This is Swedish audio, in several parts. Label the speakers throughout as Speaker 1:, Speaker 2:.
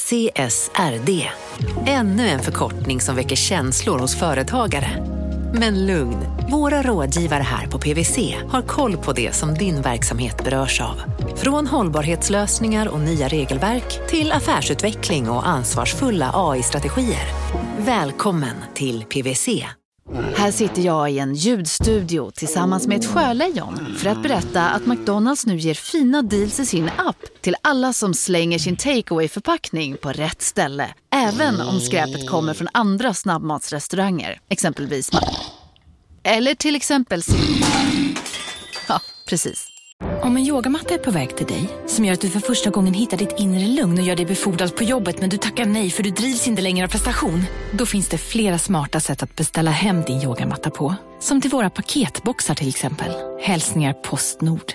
Speaker 1: CSRD. Ännu en förkortning som väcker känslor hos företagare. Men lugn, våra rådgivare här på PwC har koll på det som din verksamhet berörs av. Från hållbarhetslösningar och nya regelverk till affärsutveckling och ansvarsfulla AI-strategier. Välkommen till PwC.
Speaker 2: Här sitter jag i en ljudstudio tillsammans med ett sjölejon för att berätta att McDonalds nu ger fina deals i sin app till alla som slänger sin takeaway-förpackning på rätt ställe. Även om skräpet kommer från andra snabbmatsrestauranger, exempelvis. Eller till exempel... Ja, precis.
Speaker 3: Om en yogamatta är på väg till dig, som gör att du för första gången hittar ditt inre lugn och gör dig befordrad på jobbet men du tackar nej för du drivs inte längre av prestation, då finns det flera smarta sätt att beställa hem din yogamatta på. Som till våra paketboxar till exempel. Hälsningar Postnord.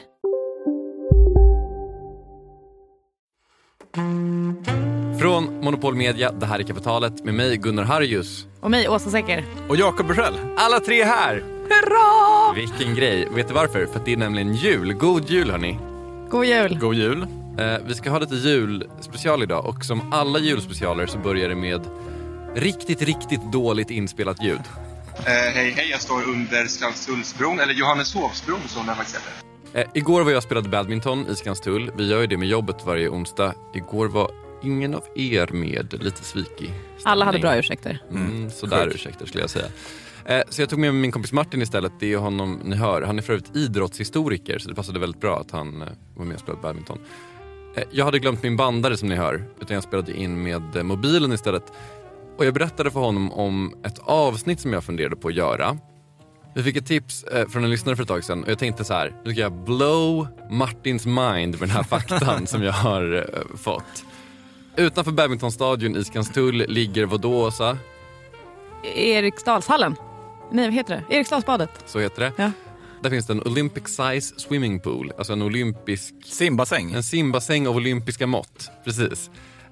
Speaker 4: Från Monopol Media, det här är Kapitalet med mig Gunnar Harjus.
Speaker 5: Och mig Åsa Säcker.
Speaker 6: Och Jakob Bursell.
Speaker 4: Alla tre här!
Speaker 5: Hurra!
Speaker 4: Vilken grej, vet du varför? För att det är nämligen jul, god jul hörni.
Speaker 5: God jul.
Speaker 6: God jul.
Speaker 4: Vi ska ha lite julspecial idag och som alla julspecialer så börjar det med riktigt dåligt inspelat ljud.
Speaker 7: Hej, jag står under Skanstullsbron, eller Johanneshovsbron som den faktiskt heter.
Speaker 4: Igår var jag spelade badminton i Skanstull. Vi gör ju det med jobbet varje onsdag. Igår var ingen av er med, lite svikig stämning.
Speaker 5: Alla hade bra ursäkter.
Speaker 4: Sådär ursäkter skulle jag säga. Så jag tog med min kompis Martin istället. Det är honom ni hör. Han är för övrigt idrottshistoriker så det passade väldigt bra att han var med och spelade badminton. Jag hade glömt min bandare som ni hör. Utan jag spelade in med mobilen istället. Och jag berättade för honom om ett avsnitt som jag funderade på att göra. Vi fick ett tips från en lyssnare för ett tag sedan. Och jag tänkte så här, nu ska jag blow Martins mind med den här faktan som jag har fått. Utanför badmintonstadion i Skanstull ligger vadå, Åsa?
Speaker 5: Eriksdalshallen. Nej, vad heter det? Eriksdalsbadet.
Speaker 4: Så heter det.
Speaker 5: Ja.
Speaker 4: Där finns det en Olympic size swimming pool. Alltså en olympisk...
Speaker 6: Simbassäng.
Speaker 4: En simbassäng av olympiska mått. Precis.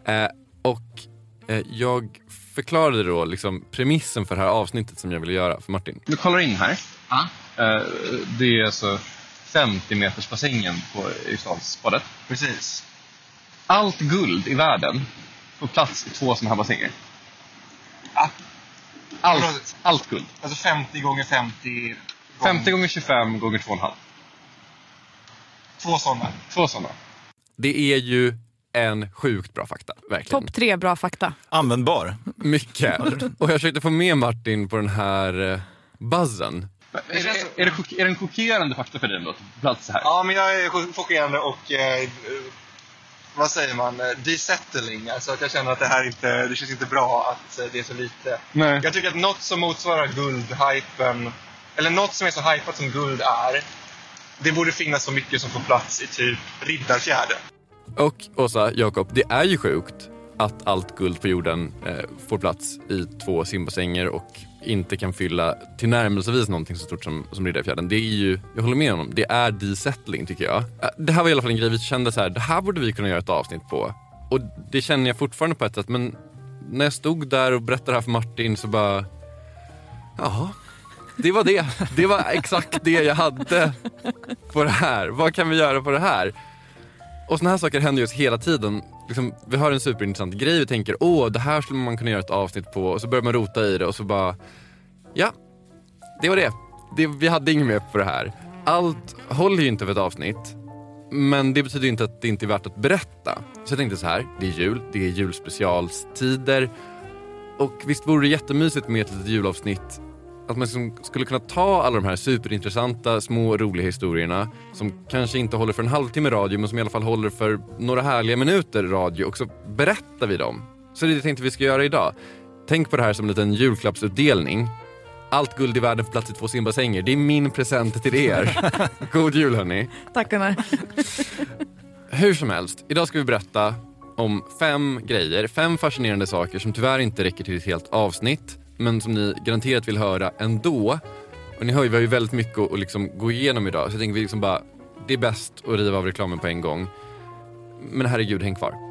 Speaker 4: Jag förklarade då liksom premissen för det här avsnittet som jag ville göra för Martin.
Speaker 7: Du kollar in här. Det är alltså 50 meters bassängen på Eriksdalsbadet. Precis. Allt guld i världen får plats i 2 sådana här bassänger. Allt guld. Alltså 50 gånger 50... 50 gånger 25 gånger 2,5. 2 sådana.
Speaker 4: Det är ju en sjukt bra fakta, verkligen.
Speaker 5: Topp 3 bra fakta.
Speaker 6: Användbar.
Speaker 4: Mycket. Och jag försökte få med Martin på den här buzzen.
Speaker 7: Är det en chockerande fakta för dig då? Plats här?
Speaker 8: Ja, men jag är chockerande och vad säger man? Desettling. Alltså att jag känner att det känns inte bra att det är så lite.
Speaker 7: Nej.
Speaker 8: Jag tycker att något som motsvarar guldhypen, eller något som är så hypat som guld är, det borde finnas så mycket som får plats i typ Riddarfjärden.
Speaker 4: Och Åsa, Jakob, det är ju sjukt att allt guld på jorden får plats i 2 simbassänger och inte kan fylla till närmelsevis någonting så stort som Riddarfjärden. Det är ju, jag håller med honom, det är desettling tycker jag. Det här var i alla fall en grej vi kände så här, det här borde vi kunna göra ett avsnitt på. Och det känner jag fortfarande på ett sätt, men när jag stod där och berättade det här för Martin så bara, jaha, det var det. Det var exakt det jag hade på det här. Vad kan vi göra på det här? Och såna här saker händer ju oss hela tiden. Liksom, vi har en superintressant grej. Vi tänker, det här skulle man kunna göra ett avsnitt på. Och så börjar man rota i det och så bara, ja, det var det. Vi hade inget mer på det här. Allt håller ju inte för ett avsnitt. Men det betyder inte att det inte är värt att berätta. Så jag tänkte så här, det är jul. Det är julspecialstider. Och visst vore det jättemysigt med ett litet julavsnitt. Att man skulle kunna ta alla de här superintressanta, små, roliga historierna som kanske inte håller för en halvtimme radio men som i alla fall håller för några härliga minuter radio och så berättar vi dem. Så det är det jag tänkte vi ska göra idag. Tänk på det här som en liten julklappsutdelning. Allt guld i världen för plats i 2 simbassänger. Det är min present till er. God jul hörni.
Speaker 5: Tack Gunnar.
Speaker 4: Hur som helst, idag ska vi berätta om 5 grejer. 5 fascinerande saker som tyvärr inte räcker till ett helt avsnitt. Men som ni garanterat vill höra ändå. Och ni hör ju, vi har ju väldigt mycket att liksom gå igenom idag. Så jag tänker vi liksom bara, det är bäst att riva av reklamen på en gång. Men herregud, häng kvar.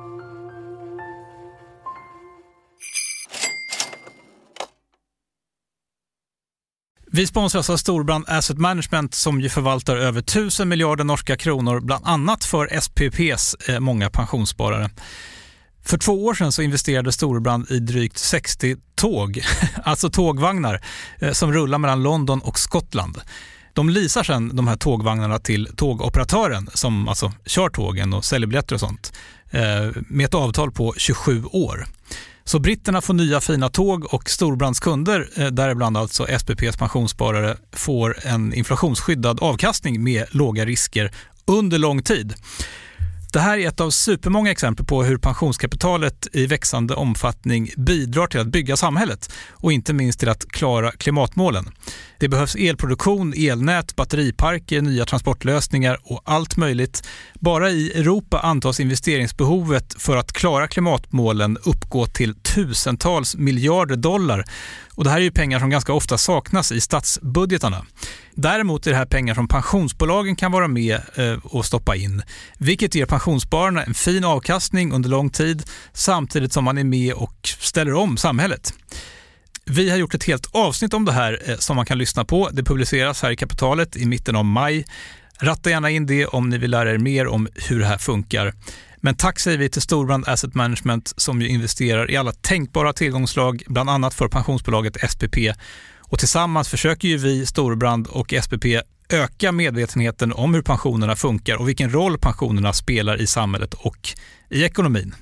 Speaker 9: Vi sponsras av Storbrand Asset Management som ju förvaltar över 1000 miljarder norska kronor bland annat för SPPs många pensionssparare. För 2 år sedan så investerade Storebrand i drygt 60 tåg, alltså tågvagnar, som rullar mellan London och Skottland. De leasar sedan de här tågvagnarna till tågoperatören som alltså kör tågen och säljer biljetter och sånt med ett avtal på 27 år. Så britterna får nya fina tåg och Storebrands kunder, däribland alltså SPPs pensionssparare, får en inflationsskyddad avkastning med låga risker under lång tid. Det här är ett av supermånga exempel på hur pensionskapitalet i växande omfattning bidrar till att bygga samhället och inte minst till att klara klimatmålen. Det behövs elproduktion, elnät, batteriparker, nya transportlösningar och allt möjligt. Bara i Europa antas investeringsbehovet för att klara klimatmålen uppgå till tusentals miljarder dollar. Och det här är ju pengar som ganska ofta saknas i statsbudgetarna. Däremot är det här pengar som pensionsbolagen kan vara med och stoppa in, vilket ger pensionsspararna en fin avkastning under lång tid samtidigt som man är med och ställer om samhället. Vi har gjort ett helt avsnitt om det här som man kan lyssna på. Det publiceras här i Kapitalet i mitten av maj. Ratta gärna in det om ni vill lära er mer om hur det här funkar. Men tack säger vi till Storebrand Asset Management som ju investerar i alla tänkbara tillgångslag, bland annat för pensionsbolaget SPP. Och tillsammans försöker ju vi, Storebrand och SPP, öka medvetenheten om hur pensionerna funkar och vilken roll pensionerna spelar i samhället och i ekonomin.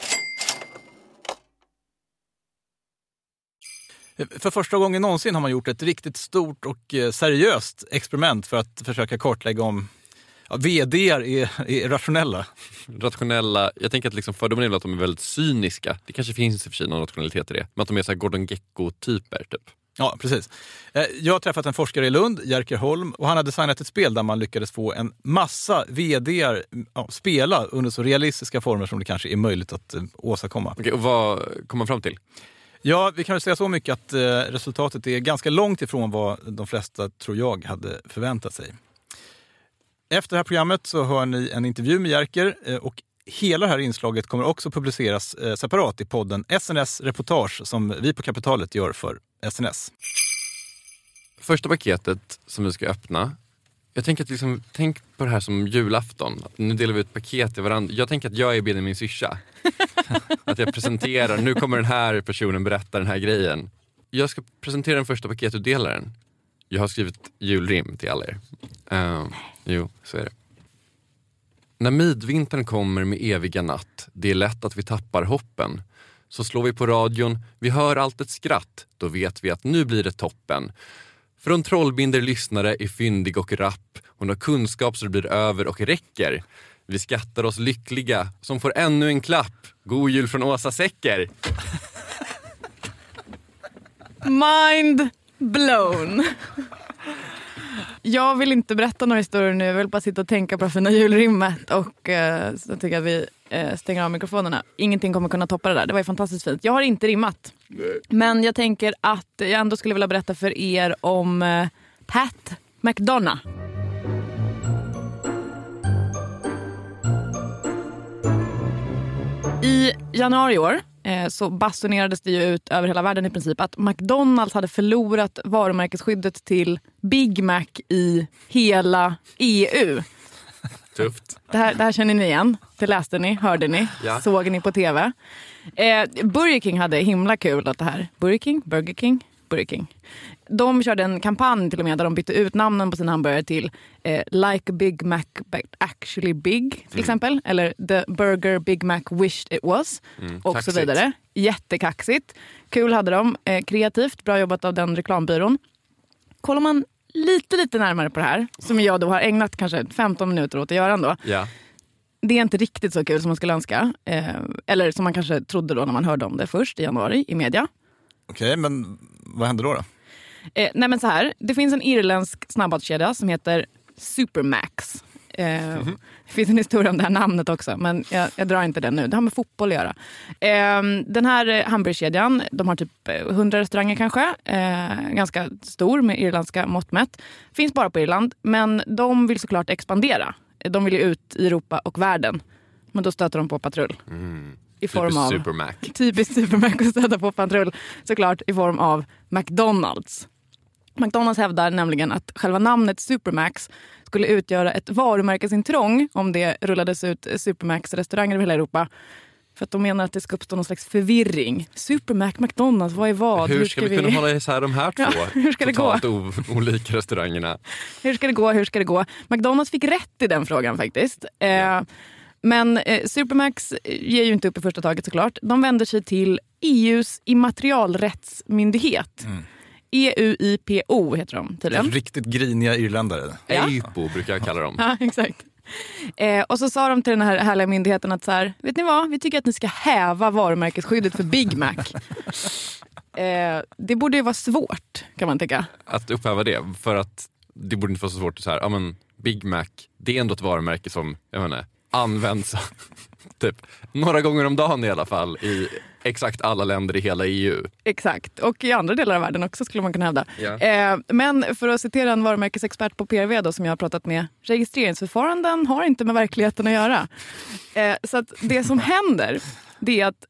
Speaker 6: För första gången någonsin har man gjort ett riktigt stort och seriöst experiment för att försöka kartlägga om vd:ar är rationella.
Speaker 4: Rationella, jag tänker att liksom fördomen är väl att de är väldigt cyniska. Det kanske finns i och för sig någon rationalitet i det. Men att de är så här Gordon Gekko-typer typ.
Speaker 6: Ja, precis. Jag har träffat en forskare i Lund, Jerker Holm, och han har designat ett spel där man lyckades få en massa vd:ar spela under så realistiska former som det kanske är möjligt att åstadkomma.
Speaker 4: Okej, och vad kom man fram till?
Speaker 6: Ja, vi kan väl säga så mycket att resultatet är ganska långt ifrån vad de flesta, tror jag, hade förväntat sig. Efter det här programmet så hör ni en intervju med Jerker och hela det här inslaget kommer också publiceras separat i podden SNS Reportage som vi på Kapitalet gör för SNS.
Speaker 4: Första paketet som vi ska öppna, jag tänker att liksom, tänk på det här som julafton. Nu delar vi ut paket till varandra. Jag tänker att jag är Benjamin Syrsa. Att jag presenterar, nu kommer den här personen berätta den här grejen. Jag ska presentera den första paketutdelaren. Jag har skrivit julrim till alla er. Jo, så är det. När midvintern kommer med eviga natt, det är lätt att vi tappar hoppen. Så slår vi på radion, vi hör allt ett skratt, då vet vi att nu blir det toppen. Från Trollbinder lyssnare är fyndig och rapp. Hon har kunskap så det blir över och räcker. Vi skattar oss lyckliga som får ännu en klapp. God jul från Åsa Säcker.
Speaker 5: Mind blown. Jag vill inte berätta några historier nu. Jag vill bara sitta och tänka på det fina julrimmet. Och så tycker jag att vi stänger av mikrofonerna. Ingenting kommer kunna toppa det där. Det var ju fantastiskt fint. Jag har inte rimmat. Men jag tänker att jag ändå skulle vilja berätta för er om Pat McDonough. I januari i år så basunerades det ju ut över hela världen i princip att McDonald's hade förlorat varumärkesskyddet till Big Mac i hela EU.
Speaker 4: Tufft.
Speaker 5: Det här känner ni igen. Det läste ni, hörde ni, såg ni på tv. Burger King hade himla kul att det här. Burger King. De körde en kampanj till och med där de bytte ut namnen på sina hamburgare till Like a Big Mac but actually big till exempel. Eller The Burger Big Mac wished it was. Och kaxigt. Så vidare. Jättekaxigt. Kul hade de. Kreativt. Bra jobbat av den reklambyrån. Kollar man lite närmare på det här, som jag då har ägnat kanske 15 minuter åt att göra ändå.
Speaker 4: Ja. Det
Speaker 5: är inte riktigt så kul som man skulle önska. Eller som man kanske trodde då när man hörde om det först i januari i media.
Speaker 6: Okej, men vad hände då?
Speaker 5: Nej men så här, det finns en irländsk snabbmatskedja som heter Supermax. Det finns en historia om det här namnet också, men jag drar inte den nu. Det har med fotboll att göra. Den här hamburgerkedjan, de har typ 100 restauranger kanske. Ganska stor med irländska mått mätt. Finns bara på Irland, men de vill såklart expandera. De vill ju ut i Europa och världen. Men då stöter de på patrull. I form av
Speaker 4: Supermac.
Speaker 5: Typiskt Supermac att stöta på patrull. Såklart i form av McDonald's. McDonald's hävdar nämligen att själva namnet Supermax skulle utgöra ett varumärkesintrång om det rullades ut Supermax restauranger över hela Europa. För att de menar att det ska uppstå någon slags förvirring. Supermac, McDonalds, vad är vad?
Speaker 4: Hur ska vi kunna hålla isär de här två
Speaker 5: hur ska det
Speaker 4: totalt olika restaurangerna?
Speaker 5: Hur ska det gå? McDonalds fick rätt i den frågan faktiskt. Men Supermax ger ju inte upp i första taget såklart. De vänder sig till EUs immaterialrättsmyndighet. EUIPO heter de tydligen.
Speaker 6: Riktigt griniga irländare.
Speaker 4: EUIPO brukar jag kalla dem.
Speaker 5: Ja, exakt. Och så sa de till den här härliga myndigheten att så här, vet ni vad? Vi tycker att ni ska häva varumärkesskyddet för Big Mac. Det borde ju vara svårt, kan man tycka.
Speaker 4: Att upphäva det, för att det borde inte vara så svårt att säga, ja men Big Mac, det är ändå ett varumärke som, jag menar, används typ några gånger om dagen i alla fall i exakt alla länder i hela EU.
Speaker 5: Exakt, och i andra delar av världen också skulle man kunna hävda. Men för att citera en varumärkesexpert på PRV då, som jag har pratat med, registreringsförfaranden har inte med verkligheten att göra. Så att det som händer, det är att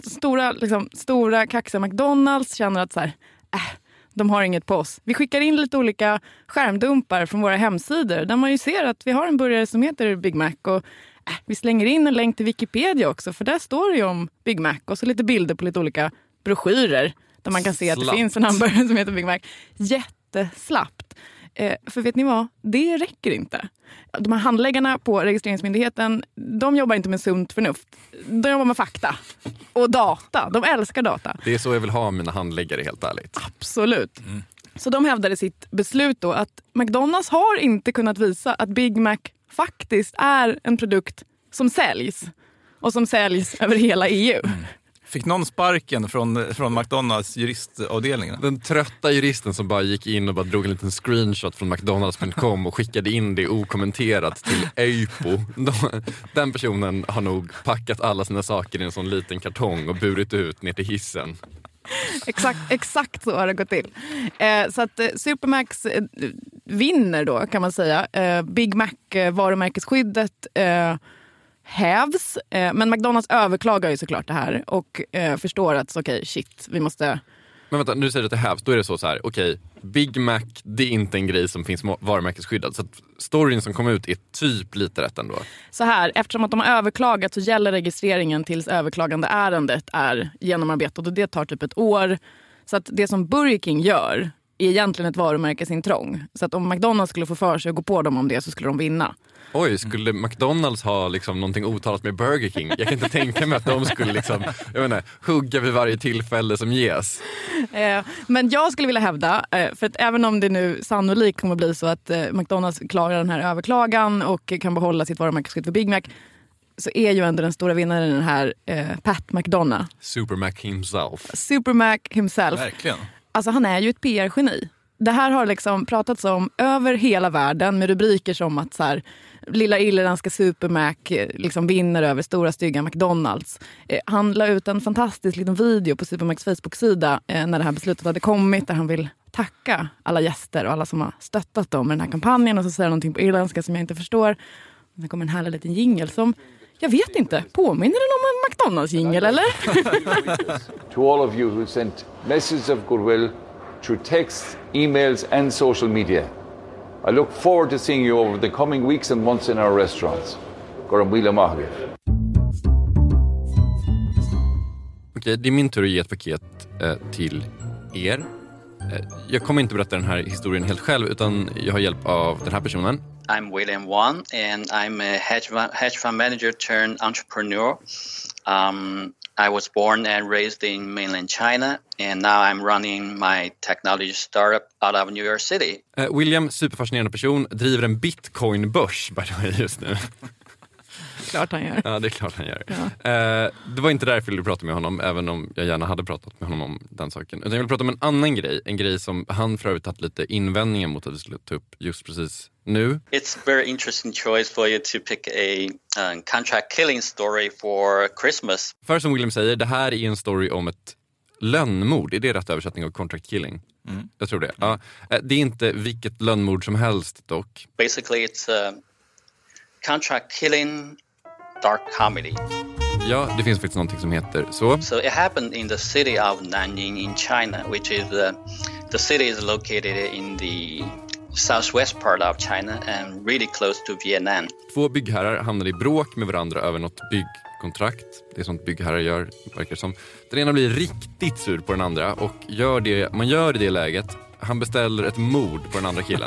Speaker 5: stora kaxiga McDonalds känner att så här, de har inget på oss. Vi skickar in lite olika skärmdumpar från våra hemsidor där man ju ser att vi har en burgare som heter Big Mac, och vi slänger in en länk till Wikipedia också, för där står det ju om Big Mac och så lite bilder på lite olika broschyrer där man kan se att det finns en hamburgare som heter Big Mac. Jätteslappt. För vet ni vad? Det räcker inte. De här handläggarna på registreringsmyndigheten, de jobbar inte med sunt förnuft. De jobbar med fakta och data. De älskar data.
Speaker 4: Det är så jag vill ha mina handläggare, helt ärligt.
Speaker 5: Absolut. Så de hävdade sitt beslut då att McDonalds har inte kunnat visa att Big Mac faktiskt är en produkt som säljs. Och som säljs över hela EU.
Speaker 6: Fick någon sparken från McDonalds juristavdelningen?
Speaker 4: Den trötta juristen som bara gick in och bara drog en liten screenshot från McDonalds.com och skickade in det okommenterat till EUIPO. Den personen har nog packat alla sina saker i en sån liten kartong och burit ut ner till hissen.
Speaker 5: Exakt så har det gått till. Så att Supermax vinner då, kan man säga. Big Mac-varumärkesskyddet hävs. Men McDonalds överklagar ju såklart det här och förstår att vi måste...
Speaker 4: Men vänta, nu säger du att det hävs. Då är det så här, okej, Big Mac, det är inte en grej som finns varumärkesskyddad. Så att storyn som kom ut är typ lite rätt ändå. Så här,
Speaker 5: eftersom att de har överklagat så gäller registreringen tills överklagande ärendet är genomarbetat. Och det tar typ ett år. Så att det som Burger King gör är egentligen ett varumärkesintrång. Så att om McDonalds skulle få för sig att gå på dem om det, så skulle de vinna.
Speaker 4: Oj, skulle McDonalds ha liksom någonting otalat med Burger King? Jag kan inte tänka mig att de skulle liksom, hugga vid varje tillfälle som ges.
Speaker 5: Men jag skulle vilja hävda, för att även om det nu sannolikt kommer bli så att McDonalds klarar den här överklagan och kan behålla sitt varumärkesskydd för Big Mac, så är ju ändå den stora vinnaren den här Pat McDonough.
Speaker 4: Supermac himself.
Speaker 6: Verkligen.
Speaker 5: Alltså han är ju ett PR-geni. Det här har liksom pratats om över hela världen med rubriker som att så här, lilla irländska Supermac liksom vinner över stora stygga McDonalds. Han la ut en fantastisk liten video på Supermacs Facebook-sida när det här beslutet hade kommit, där han vill tacka alla gäster och alla som har stöttat dem med den här kampanjen, och så säger han någonting på irländska som jag inte förstår. Det kommer en härlig liten jingle som, jag vet inte, påminner den om en McDonalds-jingle eller?
Speaker 10: To all of you who sent messages of goodwill through text, emails and social media. I look forward to seeing you over the coming weeks and months in our restaurants.
Speaker 4: Okej, det är min tur att ge ett paket till er. Jag kommer inte berätta den här historien helt själv, utan jag har hjälp av den här personen.
Speaker 11: I'm William Wang and I'm a hedge fund manager turned entrepreneur. I was born and raised in mainland China and now I'm running my technology startup out of New York City.
Speaker 4: William, superfascinerande person, driver en bitcoinbörs by the way just nu.
Speaker 5: Klart han gör.
Speaker 4: Ja, det är klart han gör. Ja. Det var inte därför jag ville prata med honom, även om jag gärna hade pratat med honom om den saken. Utan jag vill prata om en annan grej, en grej som han för övrigt haft lite invändningar mot att vi skulle ta upp just precis nu.
Speaker 11: It's a very interesting choice for you to pick a contract killing story for Christmas.
Speaker 4: För som William säger, det här är en story om ett lönnmord. Är det rätt översättning av contract killing? Mm. Jag tror det. Ja. Det är inte vilket lönnmord som helst dock.
Speaker 11: Basically it's a contract killing dark comedy.
Speaker 4: Ja, det finns faktiskt någonting som heter så.
Speaker 11: So it happened in the city of Nanjing in China, which is the city is located in the southwest part of China and really close to Vietnam.
Speaker 4: 2 byggherrar hamnade i bråk med varandra över något kontrakt. Det är sånt byggherrar gör, verkar som. Den ena blir riktigt sur på den andra och man gör i det läget. Han beställer ett mord på den andra killen.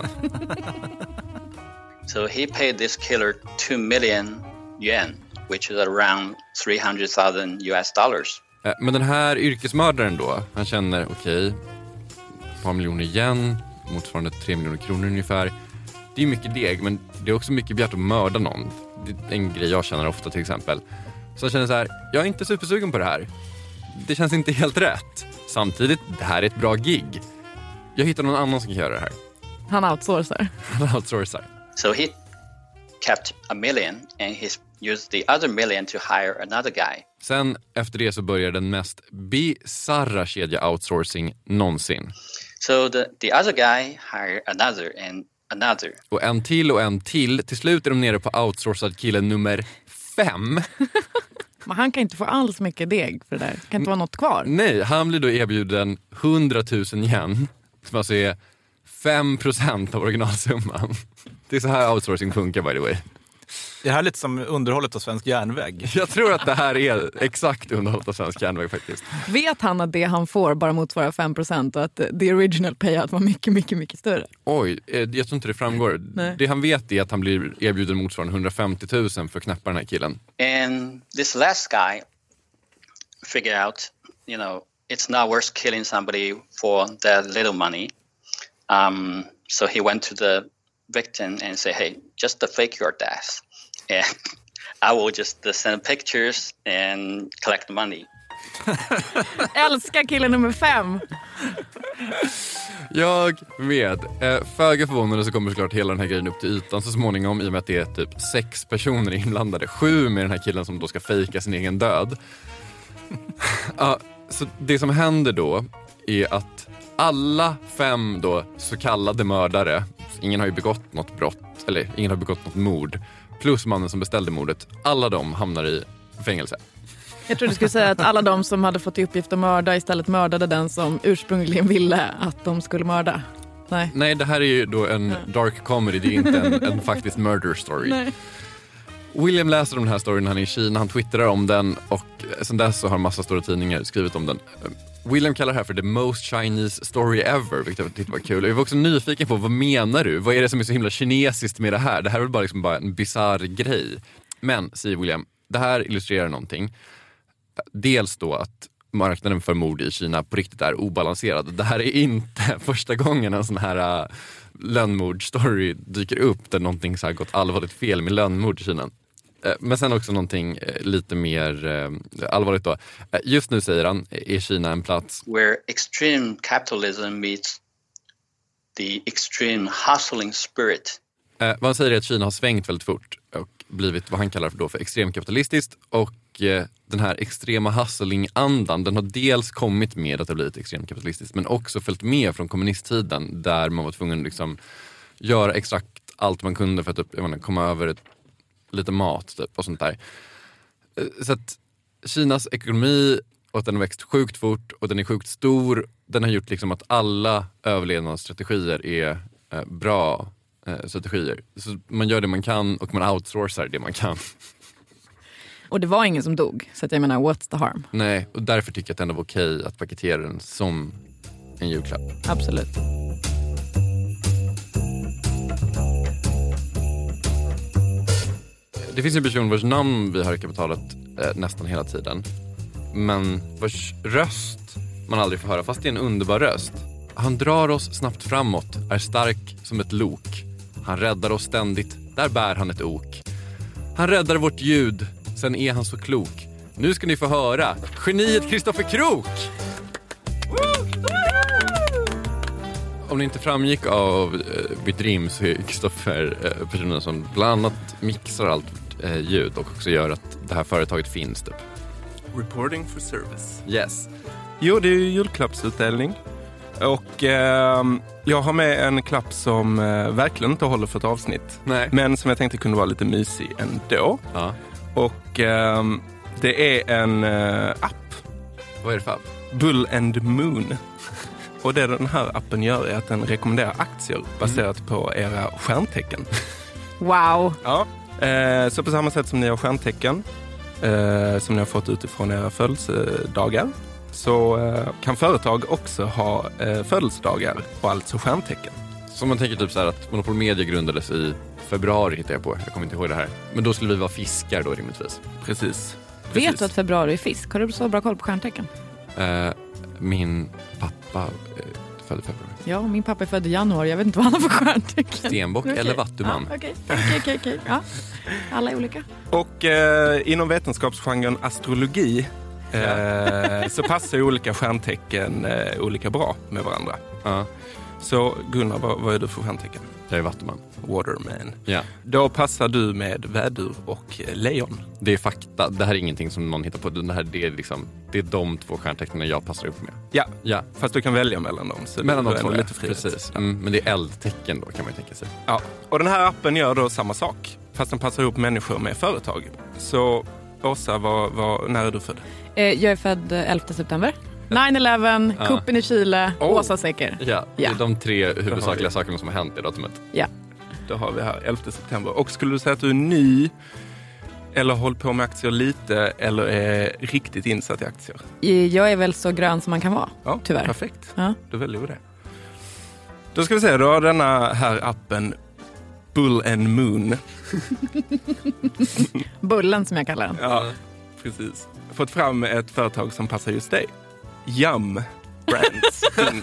Speaker 11: So he paid this killer 2 million yuan, which is around $300,000.
Speaker 4: Men den här yrkesmördaren då, han känner okej, ett par miljoner yen, motsvarande 3 miljoner kronor ungefär. Det är mycket deg, men det är också mycket begärt att mörda någon. Det är en grej jag känner ofta till exempel. Så jag känner så här, jag är inte supersugen på det här. Det känns inte helt rätt. Samtidigt, det här är ett bra gig. Jag hittar någon annan som kan göra det här.
Speaker 5: Han outsourcar.
Speaker 11: So he kept $1 million and he used the other $1 million to hire another guy.
Speaker 4: Sen efter det så börjar den mest bizarra kedja outsourcing någonsin.
Speaker 11: So the other guy hired another and another.
Speaker 4: Och en till. Till slut är de nere på outsourcad killen nummer 5.
Speaker 5: Men han kan inte få alls mycket deg för det där. Det kan inte vara något kvar.
Speaker 4: Nej, han blir då erbjuden 100 000 yen. Som alltså är 5% av originalsumman. Det är så här outsourcing funkar, by the way.
Speaker 6: Det här är lite som underhållet av svensk järnväg.
Speaker 4: Jag tror att det här är exakt underhållet av svensk järnväg faktiskt.
Speaker 5: Vet han att det han får bara motsvarar 5% och att the original payout var mycket, mycket, mycket större?
Speaker 4: Oj, jag tror inte det framgår.
Speaker 5: Nej.
Speaker 4: Det han vet är att han blir erbjuden motsvarande 150 000 för att knäppa den här killen.
Speaker 11: And this last guy figured out, it's not worth killing somebody for that little money. So he went to the victim and said, hey, just to fake your death. And I will just send pictures and collect the money.
Speaker 5: Älskar killen nummer 5.
Speaker 4: Jag med. Föga förvånande så kommer såklart hela den här grejen upp till ytan så småningom i och med att det är typ 6 personer inblandade. 7 med den här killen som då ska fejka sin egen död. Så det som händer då är att alla 5 då så kallade mördare, ingen har ju begått något brott, eller ingen har begått något mord, plus mannen som beställde mordet, alla de hamnar i fängelse.
Speaker 5: Jag tror du skulle säga att alla de som hade fått i uppgift att mörda istället mördade den som ursprungligen ville att de skulle mörda. Nej,
Speaker 4: det här är ju då en dark comedy, det är inte en faktisk murder story.
Speaker 5: Nej.
Speaker 4: William läser om den här storyn när han är i Kina, han twittrar om den och sen dess så har en massa stora tidningar skrivit om den. William kallar det här för the most Chinese story ever, vilket jag tyckte var kul. Jag var också nyfiken på, vad menar du? Vad är det som är så himla kinesiskt med det här? Det här är väl bara en bizarr grej. Men, säger William, det här illustrerar någonting. Dels då att marknaden för mord i Kina på riktigt är obalanserad. Det här är inte första gången en sån här lönnmordstory dyker upp där någonting så har gått allvarligt fel med lönnmord i Kina. Men sen också någonting lite mer allvarligt då. Just nu, säger han, är Kina en plats
Speaker 11: where extreme capitalism meets the extreme hustling spirit.
Speaker 4: Vad han säger är att Kina har svängt väldigt fort och blivit vad han kallar för extremkapitalistiskt, och den här extrema hustling-andan, den har dels kommit med att det blivit extremkapitalistiskt men också följt med från kommunisttiden där man var tvungen att liksom göra exakt allt man kunde för att komma över lite mat typ, och sånt där. Så att Kinas ekonomi, och att den har växt sjukt fort och den är sjukt stor, den har gjort liksom att alla överlevnadsstrategier är bra strategier. Så man gör det man kan och man outsourcar det man kan.
Speaker 5: Och det var ingen som dog, så att jag menar, what's the harm?
Speaker 4: Nej, och därför tycker jag att det ändå var okej att paketera den som en julklapp.
Speaker 5: Absolut.
Speaker 4: Det finns en person vars namn vi har i kapitalet nästan hela tiden, men vars röst man aldrig får höra, fast det är en underbar röst. Han drar oss snabbt framåt, är stark som ett lok. Han räddar oss ständigt, där bär han ett ok. Han räddar vårt ljud, sen är han så klok. Nu ska ni få höra geniet Kristoffer Krook! Om det inte framgick av mitt rim så är Kristoffer personen som bland annat mixar allt ljud och också gör att det här företaget finns typ.
Speaker 12: Reporting for service.
Speaker 4: Yes.
Speaker 12: Jo, det är ju julklappsutdelning. Och jag har med en klapp som verkligen inte håller för ett avsnitt.
Speaker 4: Nej.
Speaker 12: Men som jag tänkte kunde vara lite mysig ändå.
Speaker 4: Ja.
Speaker 12: Och det är en app.
Speaker 4: Vad är det för app?
Speaker 12: Bull and Moon. Och det den här appen gör är att den rekommenderar aktier baserat på era stjärntecken.
Speaker 5: Wow.
Speaker 12: Ja. Så på samma sätt som ni har stjärntecken som ni har fått utifrån era födelsedagar, så kan företag också ha födelsedagar och alltså stjärntecken.
Speaker 4: Så man tänker typ så här att Monopol Media grundades i februari, hittar jag på. Jag kommer inte ihåg det här. Men då skulle vi vara fiskar då rimligtvis.
Speaker 12: Precis.
Speaker 5: Vet du att februari är fisk? Har du så bra koll på stjärntecken?
Speaker 4: Min pappa född i februari.
Speaker 5: Ja, min pappa är född i januari. Jag vet inte vad han har för stjärntecken.
Speaker 4: Stenbock eller vattuman.
Speaker 5: Okej. Ja. Alla är olika.
Speaker 12: Och inom vetenskapsgenren astrologi så passar ju olika stjärntecken olika bra med varandra. Så Gunnar, vad är du för stjärntecken?
Speaker 4: Jag är vattuman.
Speaker 12: Waterman.
Speaker 4: Ja.
Speaker 12: Då passar du med vädur och lejon.
Speaker 4: Det är fakta. Det här är ingenting som någon hittar på. Det är de två stjärntecknen jag passar upp med.
Speaker 12: Ja. Fast du kan välja mellan dem. Så
Speaker 4: mellan de två,
Speaker 12: lite frihet.
Speaker 4: Precis. Men det är eldtecken då, kan man ju tänka sig.
Speaker 12: Ja. Och den här appen gör då samma sak. Fast den passar ihop människor med företag. Så Åsa, när är du född?
Speaker 5: Jag är född 11 september. 9/11, kuppen i Chile, Åsa säker.
Speaker 4: Ja, det är de 3 huvudsakliga sakerna som har hänt i datumet.
Speaker 5: Ja.
Speaker 12: Då har vi här 11 september. Och skulle du säga att du är ny eller håller på med aktier lite eller är riktigt insatt i aktier?
Speaker 5: Jag är väl så grön som man kan vara, tyvärr.
Speaker 12: Perfekt.
Speaker 5: Ja.
Speaker 12: Då väljer vi det. Då ska vi se, då har denna här appen Bull and Moon.
Speaker 5: Bullen som jag kallar den.
Speaker 12: Ja, precis. Fått fram ett företag som passar just dig. Yum Brands Inc.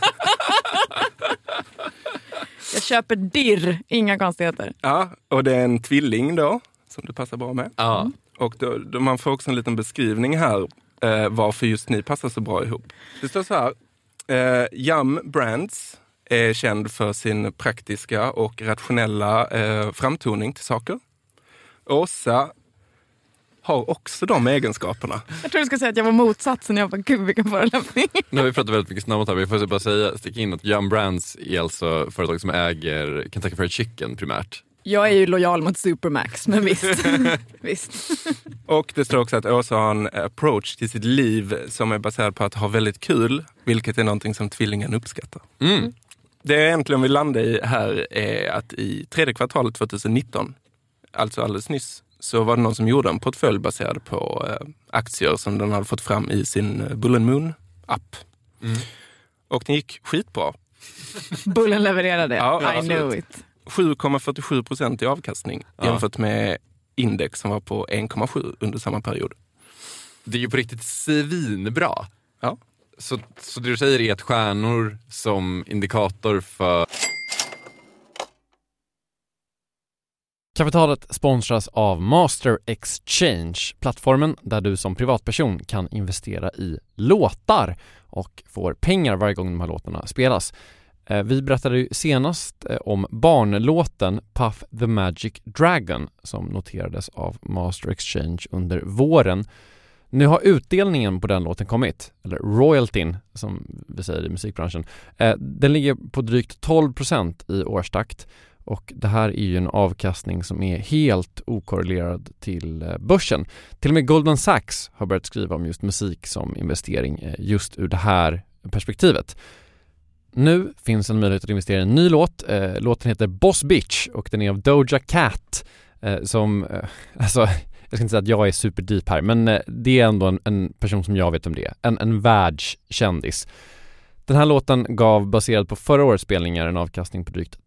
Speaker 5: Jag köper dirr, inga konstigheter.
Speaker 12: Ja, och det är en tvilling då som du passar bra med.
Speaker 4: Ja.
Speaker 12: Och då man får också en liten beskrivning här varför just ni passar så bra ihop. Det står så här. Yum Brands är känd för sin praktiska och rationella framtoning till saker. Åsa har också de egenskaperna.
Speaker 5: Jag tror du ska säga att jag var motsatsen. Jag var gud vilken förolämpning.
Speaker 4: Nu har vi pratat väldigt mycket snabbt här. Vi får bara sticka in att Yum Brands är alltså företag som äger Kentucky Fried Chicken primärt.
Speaker 5: Jag är ju lojal mot Supermax, men visst. Visst.
Speaker 12: Och det står också att Åsa har en approach till sitt liv som är baserad på att ha väldigt kul, vilket är någonting som tvillingen uppskattar. Det egentligen vi landar i här är att i 3:e kvartalet 2019, alltså alldeles nyss, så var det någon som gjorde en portfölj baserad på aktier som den hade fått fram i sin Bull and Moon-app. Och den gick skitbra.
Speaker 5: Bullen levererade.
Speaker 12: Ja,
Speaker 5: I know it.
Speaker 12: 7,47% i avkastning jämfört med index som var på 1,7 under samma period.
Speaker 4: Det är ju på riktigt svinbra.
Speaker 12: Ja.
Speaker 4: Så det du säger är att stjärnor som indikator för...
Speaker 13: Kapitalet sponsras av Master Exchange, plattformen där du som privatperson kan investera i låtar och får pengar varje gång de här låtarna spelas. Vi berättade ju senast om barnlåten Puff the Magic Dragon som noterades av Master Exchange under våren. Nu har utdelningen på den låten kommit, eller royaltyn som vi säger i musikbranschen. Den ligger på drygt 12% i årstakt. Och det här är ju en avkastning som är helt okorrelerad till börsen. Till och med Goldman Sachs har börjat skriva om just musik som investering just ur det här perspektivet. Nu finns en möjlighet att investera i en ny låt. Låten heter Boss Bitch och den är av Doja Cat som, alltså jag ska inte säga att jag är superdeep här, men det är ändå en person som jag vet om det är. En världskändis. Den här låten gav, baserad på förra årets spelningar, en avkastning på drygt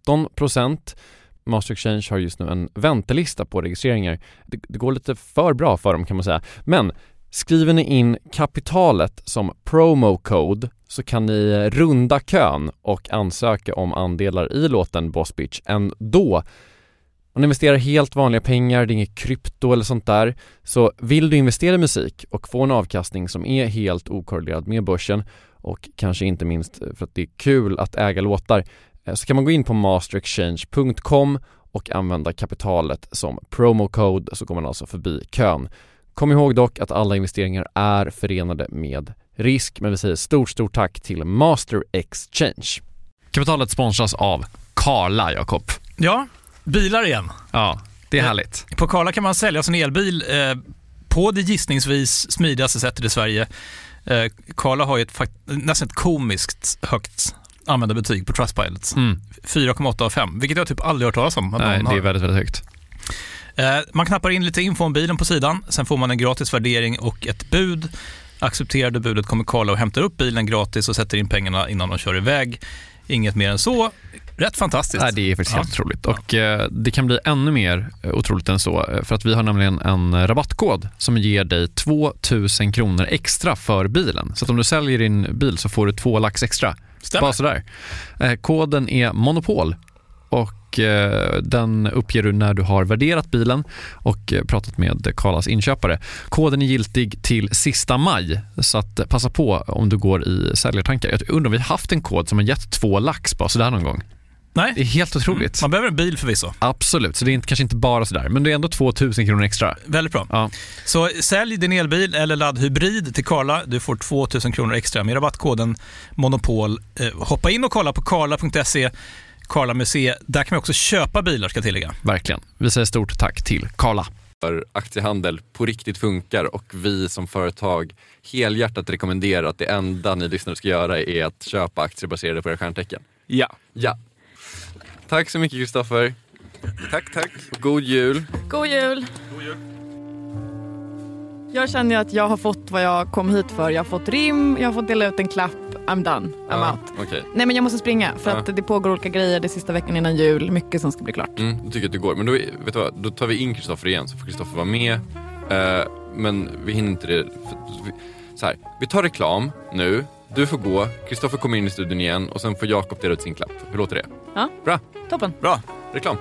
Speaker 13: 13%. Master Exchange har just nu en väntelista på registreringar. Det går lite för bra för dem kan man säga. Men skriver ni in kapitalet som promo code så kan ni runda kön och ansöka om andelar i låten Boss Bitch ändå. Om ni investerar helt vanliga pengar, det är inget krypto eller sånt där, så vill du investera i musik och få en avkastning som är helt okorrelerad med börsen och kanske inte minst för att det är kul att äga låtar, så kan man gå in på masterexchange.com och använda kapitalet som promo code, så går man alltså förbi kön. Kom ihåg dock att alla investeringar är förenade med risk, men vi säger stort tack till Master Exchange. Kapitalet sponsras av Carla, Jakob.
Speaker 9: Ja, bilar igen.
Speaker 13: Ja, det är härligt.
Speaker 9: På Carla kan man sälja sin elbil på det gissningsvis smidigaste sättet i Sverige. Carla har ju nästan ett komiskt högt användarbetyg på Trustpilot. 4,8 av 5, vilket jag typ aldrig hört talas om.
Speaker 13: Nej, det är väldigt, väldigt högt.
Speaker 9: Man knappar in lite info om bilen på sidan. Sen får man en gratis värdering och ett bud. Accepterar du budet kommer Karla och hämtar upp bilen gratis och sätter in pengarna innan de kör iväg. Inget mer än så. Rätt fantastiskt.
Speaker 13: Nej, det är faktiskt helt otroligt. Och det kan bli ännu mer otroligt än så. För att vi har nämligen en rabattkod som ger dig 2000 kronor extra för bilen. Så att om du säljer din bil så får du 2 lax extra.
Speaker 9: Stämmer.
Speaker 13: Bara sådär. Koden är Monopol. Och den uppger du när du har värderat bilen och pratat med Karlas inköpare. Koden är giltig till sista maj, så att passa på om du går i säljartankar. Jag undrar om vi har haft en kod som har gett 2 lax bara sådär någon gång.
Speaker 9: Nej.
Speaker 13: Det är helt otroligt.
Speaker 9: Man behöver en bil förvisso.
Speaker 13: Absolut, så det är kanske inte bara sådär. Men det är ändå 2000 kronor extra.
Speaker 9: Väldigt bra.
Speaker 13: Ja.
Speaker 9: Så sälj din elbil eller laddhybrid till Karla. Du får 2000 kronor extra med rabattkoden Monopol. Hoppa in och kolla på karla.se. Karla Museet. Där kan man också köpa bilar, ska tillägga.
Speaker 13: Verkligen. Vi säger stort tack till Karla.
Speaker 4: För aktiehandel på riktigt funkar och vi som företag helhjärtat rekommenderar att det enda ni lyssnare ska göra är att köpa aktier baserade på era stjärntecken.
Speaker 12: Ja.
Speaker 4: Tack så mycket, Kristoffer.
Speaker 12: Tack.
Speaker 4: God jul.
Speaker 5: God jul. Jag känner att jag har fått vad jag kom hit för. Jag har fått rim, jag har fått dela ut en klapp. I'm done, I'm out.
Speaker 4: Okay.
Speaker 5: Nej, men jag måste springa för att det pågår olika grejer det sista veckan innan jul. Mycket som ska bli klart.
Speaker 4: Jag tycker att det går. Men då, vet du vad, då tar vi in Kristoffer igen så får Kristoffer vara med. Men vi hinner inte det. Så här, vi tar reklam nu. Du får gå. Kristoffer kommer in i studion igen och sen får Jakob dela ut sin klapp. Hur låter det?
Speaker 5: Ja.
Speaker 4: Bra.
Speaker 5: Toppen.
Speaker 4: Bra. Reklam.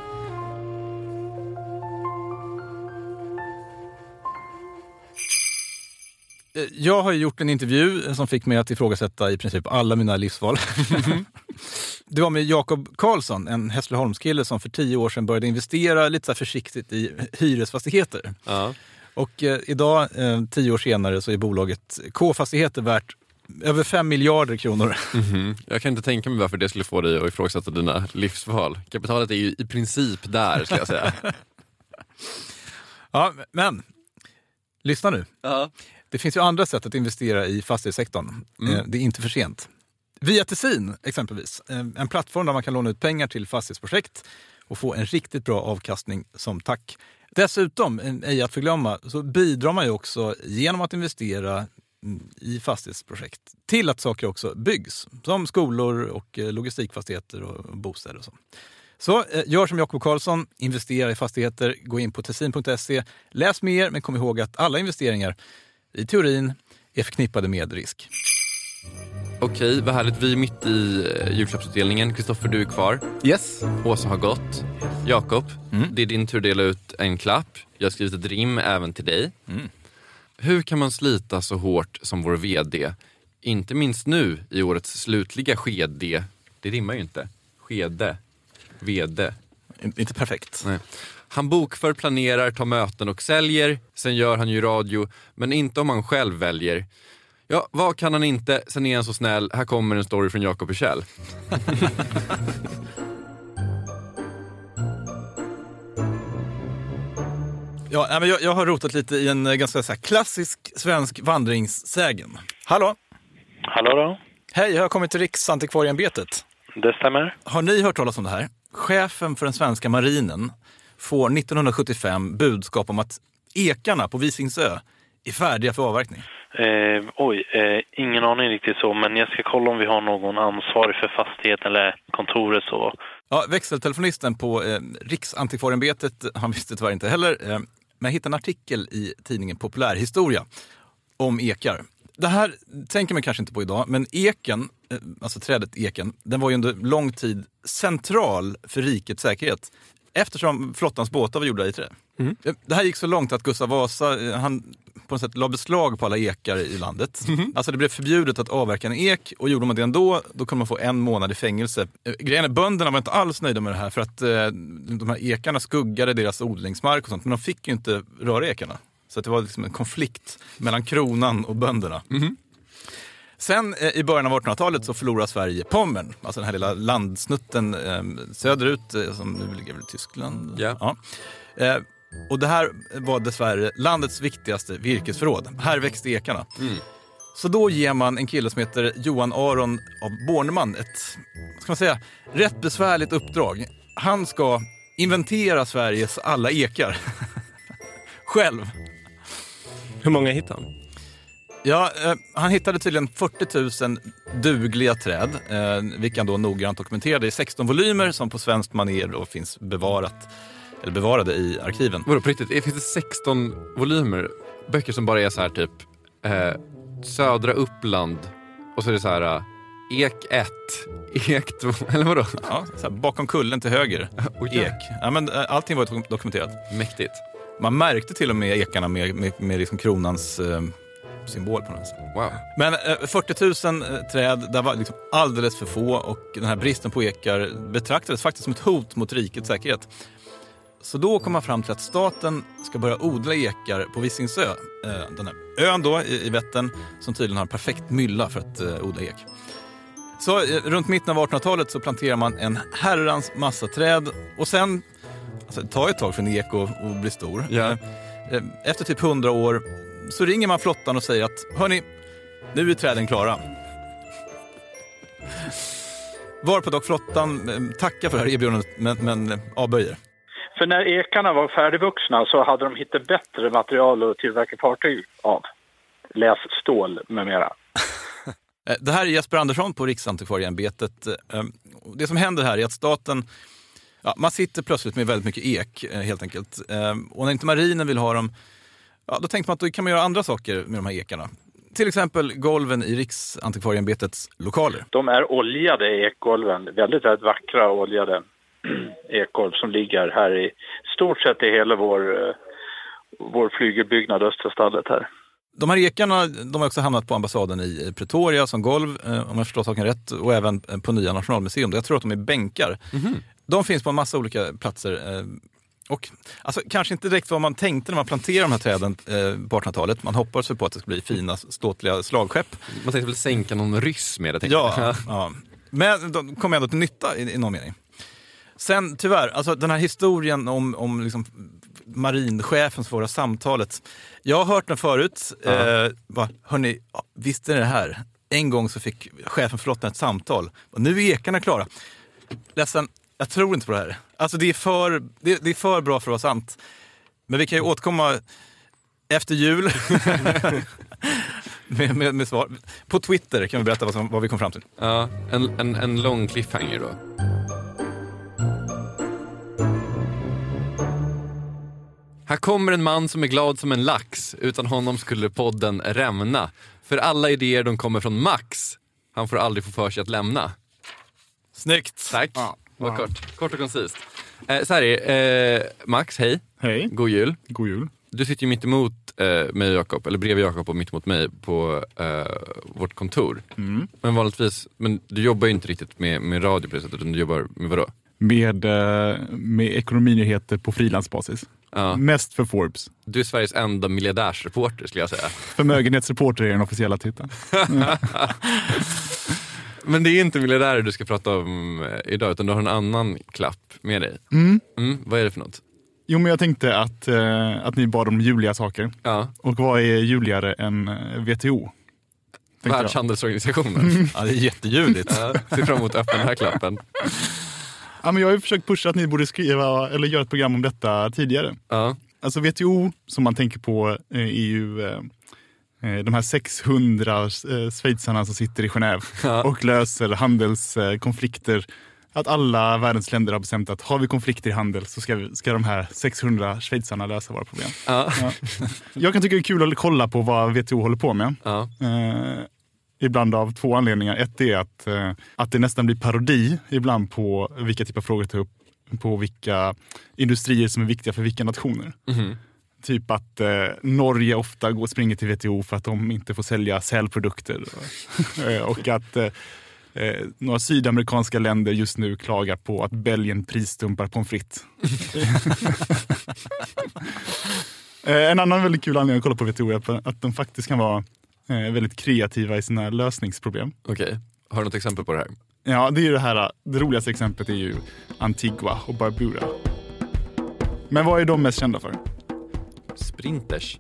Speaker 6: Jag har gjort en intervju som fick mig att ifrågasätta i princip alla mina livsval. Det var med Jakob Karlsson, en Hässleholmskille som för 10 år sedan började investera lite så här försiktigt i hyresfastigheter.
Speaker 4: Ja.
Speaker 6: Och idag, 10 år senare, så är bolaget K-fastigheter värt över 5 miljarder kronor.
Speaker 4: Jag kan inte tänka mig varför det skulle få dig att ifrågasätta dina livsval. Kapitalet är ju i princip där, ska jag säga.
Speaker 6: Ja, men lyssna nu.
Speaker 4: Ja.
Speaker 6: Det finns ju andra sätt att investera i fastighetssektorn. Det är inte för sent. Via Tessin exempelvis. En plattform där man kan låna ut pengar till fastighetsprojekt och få en riktigt bra avkastning som tack. Dessutom, ej att förglömma, så bidrar man ju också genom att investera i fastighetsprojekt till att saker också byggs. Som skolor och logistikfastigheter och bostäder och så. Så gör som Jakob Karlsson, investera i fastigheter, gå in på tessin.se, läs mer, men kom ihåg att alla investeringar i teorin är förknippade med risk.
Speaker 4: Okej, vad härligt. Vi är mitt i julklappsutdelningen. Kristoffer, du är kvar.
Speaker 12: Yes.
Speaker 4: Åsa har gått. Jakob, det är din tur att dela ut en klapp. Jag har skrivit ett rim även till dig. Hur kan man slita så hårt som vår vd? Inte minst nu i årets slutliga skede. Det rimmar ju inte. Skede. Vd.
Speaker 6: Inte perfekt.
Speaker 4: Nej. Han bokför, planerar, tar möten och säljer. Sen gör han ju radio, men inte om han själv väljer. Ja, vad kan han inte? Sen är han så snäll. Här kommer en story från Jakob Huchell.
Speaker 6: Ja, men jag har rotat lite i en ganska så här klassisk svensk vandringssägen. Hallå?
Speaker 14: Hallå då?
Speaker 6: Hej, jag har kommit till Riksantikvarieämbetet.
Speaker 14: Det stämmer.
Speaker 6: Har ni hört talas om det här? Chefen för den svenska marinen får 1975 budskap om att ekarna på Visingsö är färdiga för avverkning.
Speaker 14: Ingen aning riktigt så, men jag ska kolla om vi har någon ansvarig för fastigheten eller kontoret så.
Speaker 6: Ja, växeltelefonisten på Riksantikvarieämbetet, han visste tyvärr inte heller, men jag hittade en artikel i tidningen Populärhistoria om ekar. Det här tänker man kanske inte på idag, men eken, alltså trädet eken, den var ju under lång tid central för rikets säkerhet. Eftersom flottans båtar var gjorda i trä. Det här gick så långt att Gustav Vasa, han på något sätt la beslag på alla ekar i landet. Alltså det blev förbjudet att avverka en ek, och gjorde man det ändå, då kunde man få 1 månad i fängelse. Grejen är, bönderna var inte alls nöjda med det här, för att de här ekarna skuggade deras odlingsmark och sånt, men de fick ju inte röra ekarna. Så att det var liksom en konflikt mellan kronan och bönderna. Sen i början av 1800-talet så förlorade Sverige Pommern, alltså den här lilla landsnutten söderut som nu ligger i Tyskland. Ja. Och det här var dessvärre landets viktigaste virkesförråd. Här växte ekarna. Så då ger man en kille som heter Johan Aron av Borneman ett, ska man säga, rätt besvärligt uppdrag. Han ska inventera Sveriges alla ekar. Själv.
Speaker 12: Hur många hittade han?
Speaker 6: Ja, han hittade tydligen 40 000 dugliga träd, vilka han då noggrant dokumenterade i 16 volymer som på svenskt manér då finns bevarade i arkiven.
Speaker 4: Vadå, på riktigt? Finns det 16 volymer? Böcker som bara är så här typ södra Uppland och så är det så här ek 1, ek 2, eller vadå?
Speaker 6: Ja, så här, bakom kullen till höger, ek. Ja, men allting var dokumenterat.
Speaker 4: Mäktigt.
Speaker 6: Man märkte till och med ekarna med liksom kronans symbol på den.
Speaker 4: Wow.
Speaker 6: Men 40 000 träd, där var liksom alldeles för få och den här bristen på ekar betraktades faktiskt som ett hot mot rikets säkerhet. Så då kom man fram till att staten ska börja odla ekar på Visingsö. Den här ön då i Vättern som tydligen har perfekt mylla för att odla ek. Så runt mitten av 1800-talet så planterar man en herrans massa träd och sen, alltså det tar ett tag för en ek att bli stor.
Speaker 4: Ja.
Speaker 6: Efter typ 100 år så ringer man flottan och säger att hörni, nu är träden klara. Varpå dock flottan tackar för det här erbjudandet men avböjer.
Speaker 15: För när ekarna var färdigvuxna så hade de hittat bättre material att tillverka fartyg av. Läs stål med mera.
Speaker 6: Det här är Jesper Andersson på Riksantikvarieämbetet. Det som händer här är att staten, man sitter plötsligt med väldigt mycket ek helt enkelt. Och när inte marinen vill ha dem, då tänkte man att då kan man göra andra saker med de här ekarna. Till exempel golven i Riksantikvarieämbetets lokaler.
Speaker 15: De är oljade ekgolven, väldigt vackra oljade ekgolv som ligger här i stort sett i hela vår flygelbyggnad Östra stallet här.
Speaker 6: De här ekarna, de har också hamnat på ambassaden i Pretoria som golv, om jag förstår saken rätt, och även på Nya Nationalmuseum. Jag tror att de är bänkar. Mm-hmm. De finns på en massa olika platser. Och alltså, kanske inte direkt vad man tänkte när man planterade de här träden på 1800-talet. Man hoppades på att det skulle bli fina, ståtliga slagskepp.
Speaker 4: Man tänkte väl sänka någon ryss med det.
Speaker 6: Ja. Men de kom ändå till nytta i någon mening. Sen tyvärr, alltså den här historien om liksom marinchefens svåra samtalet. Jag har hört den förut. Hörrni, visste ni det här? En gång så fick chefen för flottan ett samtal. Och nu är ekarna klara. Ledsen, jag tror inte på det här. Alltså det är för bra för att vara sant. Men vi kan ju återkomma efter jul med svar. På Twitter kan vi berätta vad vi kom fram till.
Speaker 4: Ja, en lång cliffhanger då. Här kommer en man som är glad som en lax. Utan honom skulle podden rämna. För alla idéer de kommer från Max. Han får aldrig få för sig att lämna.
Speaker 6: Snyggt.
Speaker 4: Tack. Ja. Vad kort och koncist. Så här är Max, hej.
Speaker 16: Hej.
Speaker 4: God jul.
Speaker 16: God jul.
Speaker 4: Du sitter ju mitt emot mig och Jakob, eller bredvid Jakob och mitt emot mig på vårt kontor.
Speaker 16: Mm.
Speaker 4: Men vanligtvis, men du jobbar ju inte riktigt med radio på det sättet, utan du jobbar med vadå?
Speaker 16: Med ekonominyheter på frilansbasis.
Speaker 4: Ja.
Speaker 16: Mest för Forbes.
Speaker 4: Du är Sveriges enda miljardärsreporter skulle jag säga.
Speaker 16: Förmögenhetsreporter är den officiella titeln.
Speaker 4: Men det är inte miljardärer du ska prata om idag, utan du har en annan klapp med dig. Vad är det för något?
Speaker 16: Jo, men jag tänkte att ni bad om juliga saker.
Speaker 4: Ja.
Speaker 16: Och vad är juligare än WTO?
Speaker 4: Världshandelsorganisationen.
Speaker 6: Ja, det är jättejuligt.
Speaker 4: Se fram emot att öppna den här klappen.
Speaker 16: Ja, men jag har ju försökt pusha att ni borde skriva eller göra ett program om detta tidigare.
Speaker 4: Ja.
Speaker 16: Alltså WTO som man tänker på är ju de här 600 schweizarna som sitter i Genève och löser handelskonflikter. Att alla världens länder har bestämt att har vi konflikter i handel så ska de här 600 schweizarna lösa våra problem. Ja. Jag kan tycka det är kul att kolla på vad WTO håller på med.
Speaker 4: Ja.
Speaker 16: Ibland av två anledningar. Ett är att det nästan blir parodi ibland på vilka typer av frågor tar upp, på vilka industrier som är viktiga för vilka nationer. Mm-hmm. Typ att Norge ofta springer till WTO för att de inte får sälja sälprodukter. Och att några sydamerikanska länder just nu klagar på att Belgien prisdumpar pommes frites. En annan väldigt kul anledning att kolla på WTO är att de faktiskt kan vara väldigt kreativa i sina lösningsproblem.
Speaker 4: Okej. Har du något exempel på det här?
Speaker 16: Ja, det är ju det roligaste exemplet är ju Antigua och Barbuda. Men vad är de mest kända för?
Speaker 4: Sprinters.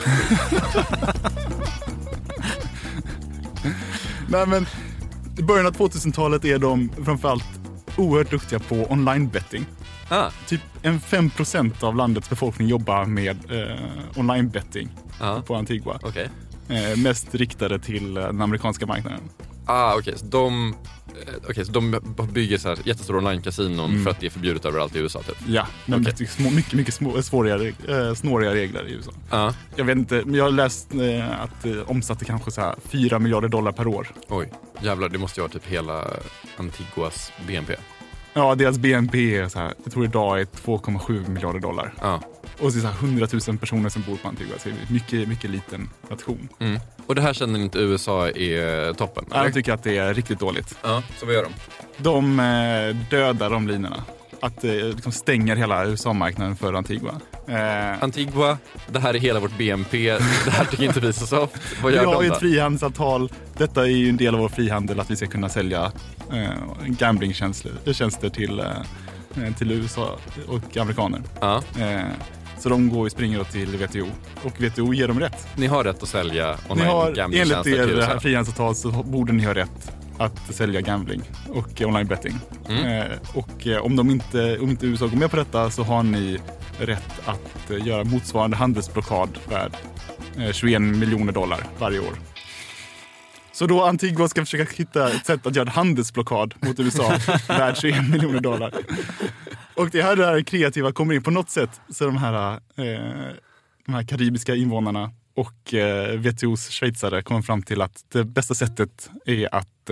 Speaker 16: Nej, men i början av 2000-talet är de framförallt oerhört duktiga på online betting. Typ 5% av landets befolkning jobbar med online-betting på Antigua.
Speaker 4: Okay.
Speaker 16: Mest riktade till den amerikanska marknaden.
Speaker 4: Okej. Så de bygger så här jättestora online-kasinon för att det är förbjudet överallt i USA typ?
Speaker 16: Ja, men mycket snåriga regler i USA. Jag vet inte, men jag har läst att omsatte kanske så här $4 miljarder per år.
Speaker 4: Oj, jävlar, det måste ju vara typ hela Antiguas BNP.
Speaker 16: Ja, deras BNP är så här, jag tror idag är $2,7 miljarder. Och det är så här 100 000 personer som bor på Antigua, så det är mycket, mycket liten nation.
Speaker 4: Och det här känner inte USA är toppen?
Speaker 16: Eller? Jag tycker att det är riktigt dåligt.
Speaker 4: Så vad gör de?
Speaker 16: De dödar de linorna. Att liksom stänger hela USA-marknaden för Antigua.
Speaker 4: Antigua, det här är hela vårt BNP. Det här tycker inte vi så soft. Vad gör
Speaker 16: vi har
Speaker 4: de
Speaker 16: ju
Speaker 4: då?
Speaker 16: ett frihandelsavtal. Detta är ju en del av vår frihandel, att vi ska kunna sälja gamblingtjänster till USA och amerikaner. Så de springer till WTO. Och WTO ger dem rätt.
Speaker 4: Ni har rätt att sälja online-gamblingtjänster till USA.
Speaker 16: Enligt frihandelsavtal så borde ni ha rätt att sälja gambling och online-betting. Och om inte USA går med på detta så har ni rätt att göra motsvarande handelsblockad värd $21 miljoner varje år. Så då Antigua ska försöka hitta ett sätt att göra handelsblockad mot USA värd $21 miljoner. Och det här kreativa kommer in på något sätt, så de här karibiska invånarna och WTOs schweizare kommer fram till att det bästa sättet är att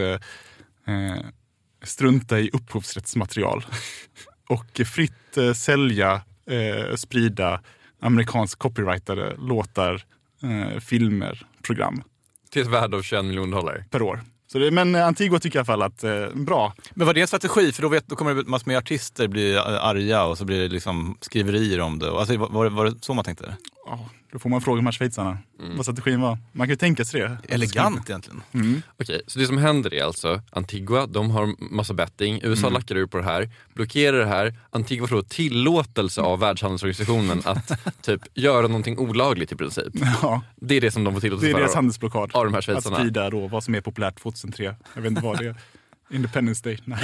Speaker 16: strunta i upphovsrättsmaterial och fritt sälja, sprida amerikansk copyrightade låtar, filmer, program.
Speaker 4: Till ett värde av $21 miljoner
Speaker 16: per år. Så men Antigua tycker i alla fall att bra.
Speaker 6: Men var det en strategi? För då kommer det massor med artister bli arga och så blir det liksom skriverier om det. Alltså, var det så man tänkte?
Speaker 16: Ja, då får man fråga de här schweizarna vad strategin var. Man kan ju tänka sig det.
Speaker 6: Elegant egentligen.
Speaker 4: Okej, så det som händer är alltså Antigua, de har massa betting. USA lackar ur på det här, blockerar det här. Antigua får tillåtelse av Världshandelsorganisationen att typ göra någonting olagligt i princip.
Speaker 16: Ja.
Speaker 4: Det är det som de får tillåtelse för.
Speaker 16: Det är deras handelsblockad.
Speaker 4: Av de här schweizarna.
Speaker 16: Att sprida då vad som är populärt 2003. Jag vet inte vad det är. Independence Day, nej.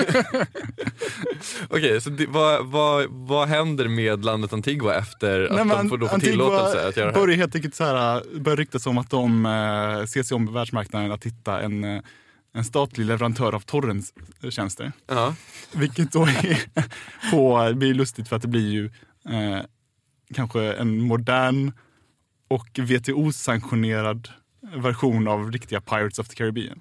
Speaker 4: Okej, så vad händer med landet Antigua efter att de får tillåtelse att göra det här?
Speaker 16: Börjar helt enkelt börjar ryktas om att de ser sig om på världsmarknaden att hitta en statlig leverantör av torrentstjänster. Vilket då blir lustigt för att det blir ju kanske en modern och WTO-sanktionerad version av riktiga Pirates of the Caribbean.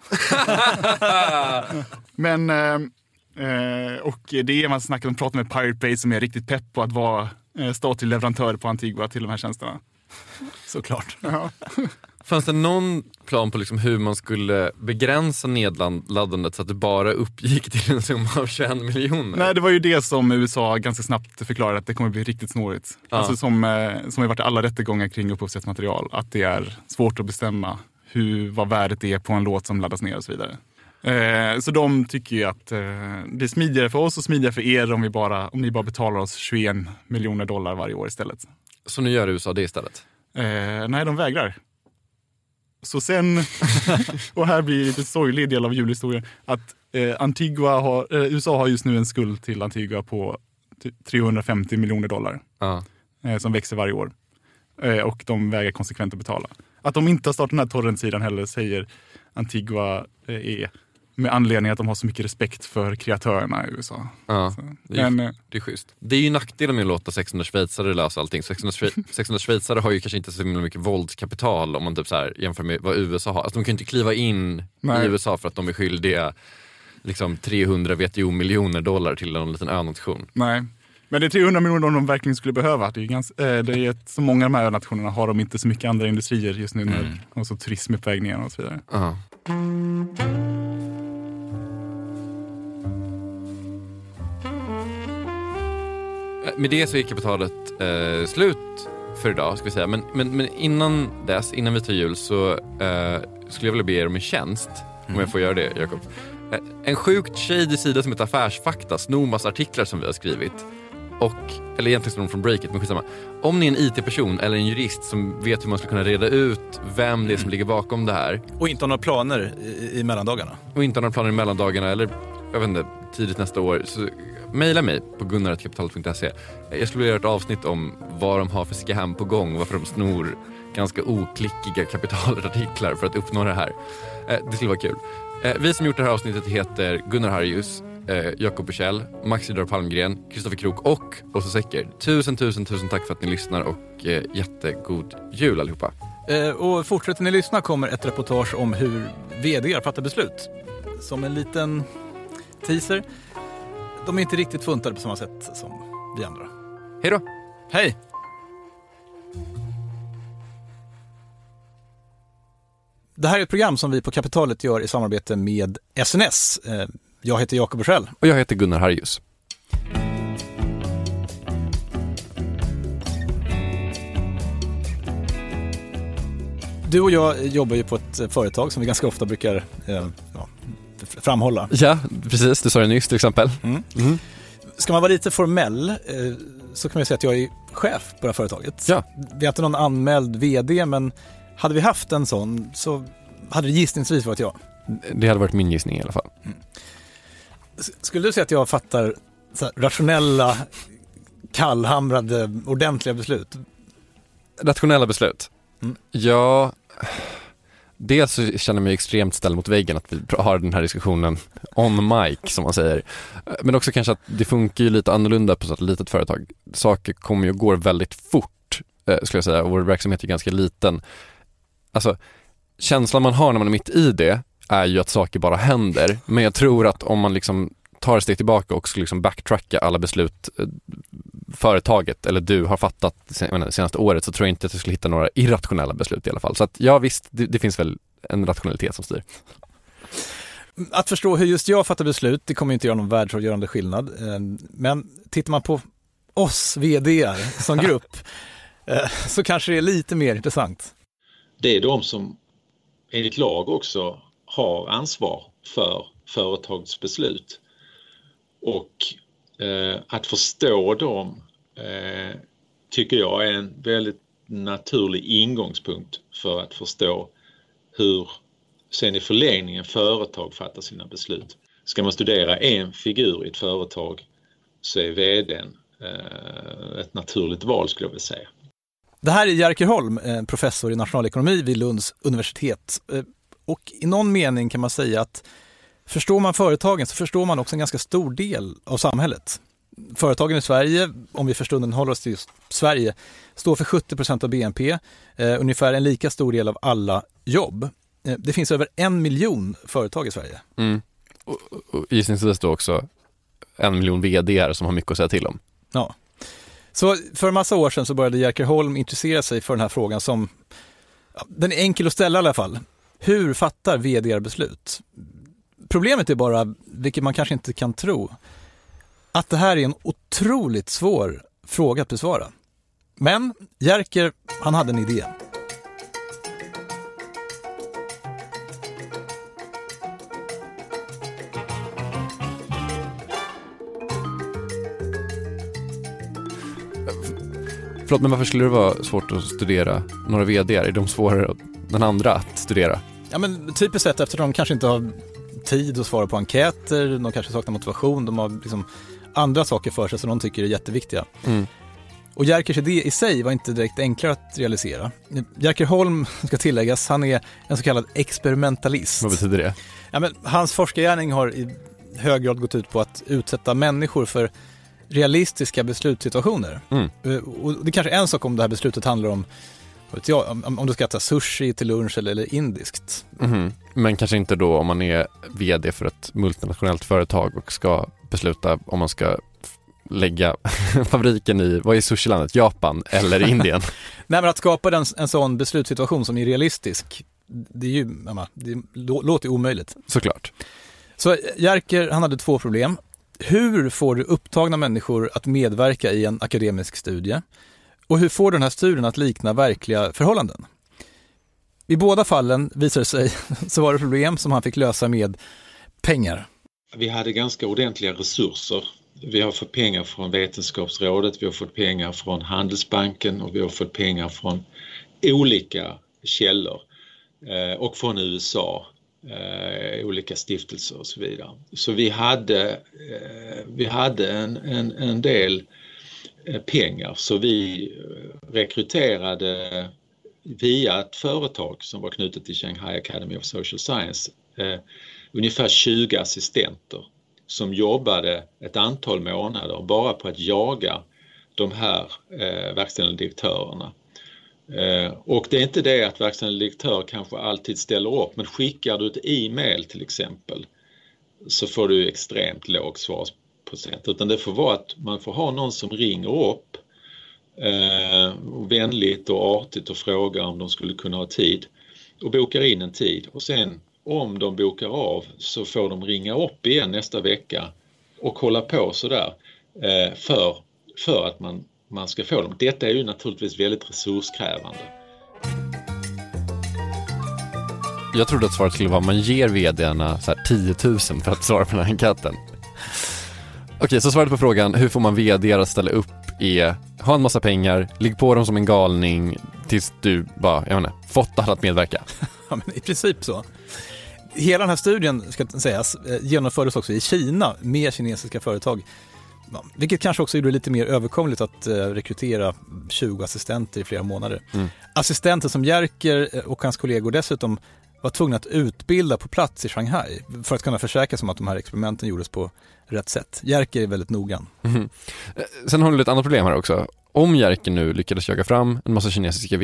Speaker 16: Men och det är man snackar om, pratar med Pirate Bay som är riktigt pepp på att vara statlig leverantör på Antigua till de här tjänsterna.
Speaker 6: Såklart.
Speaker 16: Ja.
Speaker 4: Fanns det någon plan på liksom hur man skulle begränsa nedladdandet så att det bara uppgick till en summa av 21 miljoner?
Speaker 16: Nej, det var ju det som USA ganska snabbt förklarade att det kommer bli riktigt snårigt. Alltså som har varit alla rättegångar kring upphovsrättsmaterial. Att det är svårt att bestämma vad värdet är på en låt som laddas ner och så vidare. Så de tycker ju att det är smidigare för oss och smidigare för er om ni bara betalar oss $21 miljoner varje år istället.
Speaker 4: Så nu gör USA det istället?
Speaker 16: Nej, de vägrar. Så sen, och här blir det lite sorglig del av julhistorien, att USA har just nu en skuld till Antigua på $350 miljoner som växer varje år. Och de vägrar konsekvent att betala. Att de inte har startat den här torrentsidan heller, säger Antigua, är med anledning att de har så mycket respekt för kreatörerna i USA.
Speaker 4: Ja, det är schysst. Det är ju nackdelen med att låta 600 schweizare lösa allting. 600 schweizare har ju kanske inte så mycket våldskapital om man typ så här jämför med vad USA har. Alltså de kan inte kliva in i USA för att de är skyldiga liksom $300 WTO-miljoner till en liten önation.
Speaker 16: Nej. Men det är 300 miljoner de verkligen skulle behöva. Det är så många av de här nationerna har de inte så mycket andra industrier just nu när och så turism är på väg ner och så vidare.
Speaker 4: Med det så är kapitalet slut för idag, ska vi säga. Men innan vi tar jul så skulle jag vilja be er om en tjänst. Om jag får göra det, Jakob. En sjukt shady sida som heter Affärsfakta snor massa artiklar som vi har skrivit. Eller egentligen står de från Breakit, men skitsamma. Om ni är en IT-person eller en jurist som vet hur man ska kunna reda ut vem det är som ligger bakom det här.
Speaker 6: Och inte har några planer i mellandagarna.
Speaker 4: Eller, jag vet inte, tidigt nästa år, så mejla mig på gunnar@kapitalet.se. Jag skulle vilja göra ett avsnitt om vad de har för scam på gång, varför de snor ganska oklickiga kapitalartiklar för att uppnå det här. Det skulle vara kul. Vi som gjort det här avsnittet heter Gunnar Harjus, Jakob Bursell, Max Idar Palmgren, Kristoffer Krok och Åsa Secker. Tusen tack för att ni lyssnar och jättegod jul allihopa.
Speaker 6: Och fortsätter ni lyssna kommer ett reportage om hur vd:ar fattar beslut. Som en liten teaser. De är inte riktigt funtade på samma sätt som vi andra.
Speaker 4: Hej då!
Speaker 6: Hej! Det här är ett program som vi på Kapitalet gör i samarbete med SNS. Jag heter Jakob Bursell.
Speaker 4: Och jag heter Gunnar Harjus.
Speaker 6: Du och jag jobbar ju på ett företag som vi ganska ofta brukar framhålla.
Speaker 4: Ja, precis. Du sa det nyss till exempel.
Speaker 6: Ska man vara lite formell så kan man säga att jag är chef på det här företaget.
Speaker 4: Ja.
Speaker 6: Vi har inte någon anmäld vd, men hade vi haft en sån så hade det gissningsvis varit jag.
Speaker 4: Det hade varit min gissning i alla fall.
Speaker 6: Skulle du säga att jag fattar så här rationella, kallhamrade, ordentliga beslut?
Speaker 4: Rationella beslut? Ja, dels så känner jag mig extremt ställd mot väggen att vi har den här diskussionen on mic som man säger. Men också kanske att det funkar ju lite annorlunda på ett litet företag. Saker kommer ju och går väldigt fort skulle jag säga, och vår verksamhet är ganska liten. Alltså, känslan man har när man är mitt i det är ju att saker bara händer. Men jag tror att om man liksom tar ett steg tillbaka och skulle liksom backtracka alla beslut företaget eller du har fattat senaste året, så tror jag inte att du skulle hitta några irrationella beslut i alla fall. Så att ja, visst, det finns väl en rationalitet som styr.
Speaker 6: Att förstå hur just jag fattar beslut, det kommer inte göra någon världsavgörande skillnad. Men tittar man på oss vd:ar som grupp så kanske det är lite mer intressant.
Speaker 17: Det är de som enligt lag också har ansvar för företagets beslut. Och att förstå dem tycker jag är en väldigt naturlig ingångspunkt för att förstå hur sen i förlängningen företag fattar sina beslut. Ska man studera en figur i ett företag så är vd:n ett naturligt val, skulle jag vilja säga.
Speaker 6: Det här är Jerker Holm, professor i nationalekonomi vid Lunds universitet. Och i någon mening kan man säga att förstår man företagen så förstår man också en ganska stor del av samhället. Företagen i Sverige, om vi för stunden håller oss till just Sverige, står för 70% av BNP, ungefär en lika stor del av alla jobb. Det finns över 1 miljon företag i Sverige.
Speaker 4: Och gissningsvis då också 1 miljon vd:ar som har mycket att säga till om.
Speaker 6: Ja. Så för en massa år sedan så började Jerker Holm intressera sig för den här frågan som, den är enkel att ställa i alla fall. Hur fattar vd:ar beslut? Problemet är bara, vilket man kanske inte kan tro, att det här är en otroligt svår fråga att besvara. Men Jerker, han hade en idé.
Speaker 4: Förlåt, men varför skulle det vara svårt att studera några vd:ar? Är de svårare än andra att studera?
Speaker 6: Ja, men typiskt sett eftersom de kanske inte har tid att svara på enkäter, de kanske saknar motivation, de har liksom andra saker för sig som de tycker är jätteviktiga. Och Jerkers idé i sig var inte direkt enklare att realisera. Jerker Holm, ska tilläggas, han är en så kallad experimentalist.
Speaker 4: Vad betyder det?
Speaker 6: Ja, men hans forskargärning har i hög grad gått ut på att utsätta människor för realistiska beslutssituationer. Och det är kanske en sak om det här beslutet handlar om, om du ska äta sushi till lunch eller indiskt.
Speaker 4: Men kanske inte då om man är vd för ett multinationellt företag och ska besluta om man ska lägga fabriken i, vad är sushilandet? Japan eller Indien?
Speaker 6: Nej, men att skapa en sån beslutssituation som är realistisk, det är ju, det låter omöjligt.
Speaker 4: Såklart.
Speaker 6: Så Jerker, han hade 2 problem. Hur får du upptagna människor att medverka i en akademisk studie? Och hur får du den här studien att likna verkliga förhållanden? I båda fallen visade sig så var det problem som han fick lösa med pengar.
Speaker 17: Vi hade ganska ordentliga resurser. Vi har fått pengar från Vetenskapsrådet, vi har fått pengar från Handelsbanken och vi har fått pengar från olika källor och från USA. olika stiftelser och så vidare. Så vi hade en del pengar, så vi rekryterade via ett företag som var knutet till Shanghai Academy of Social Science ungefär 20 assistenter som jobbade ett antal månader bara på att jaga de här verkställande direktörerna. Och det är inte det att verkställande direktör kanske alltid ställer upp, men skickar du ett e-mail till exempel så får du extremt låg svarsprocent. Utan det får vara att man får ha någon som ringer upp vänligt och artigt och frågar om de skulle kunna ha tid och bokar in en tid. Och sen om de bokar av så får de ringa upp igen nästa vecka och hålla på sådär för att man ska få dem. Detta är ju naturligtvis väldigt resurskrävande.
Speaker 13: Jag trodde att svaret skulle vara att man ger vdarna så här 10 000 för att svara på den här enkäten. Okej, så svaret på frågan hur får man vd:ar att ställa upp är ha en massa pengar, ligg på dem som en galning tills du bara, fått alla att medverka.
Speaker 6: Ja, men i princip så. Hela den här studien, ska sägas, genomfördes också i Kina med kinesiska företag. Vilket kanske också gjorde det lite mer överkomligt att rekrytera 20 assistenter i flera månader. Assistenter som Jerker och hans kollegor dessutom var tvungna att utbilda på plats i Shanghai för att kunna försäkra sig om att de här experimenten gjordes på rätt sätt. Jerker är väldigt noggrann.
Speaker 13: Sen har du ett annat problem här också. Om Jerker nu lyckades jaga fram en massa kinesiska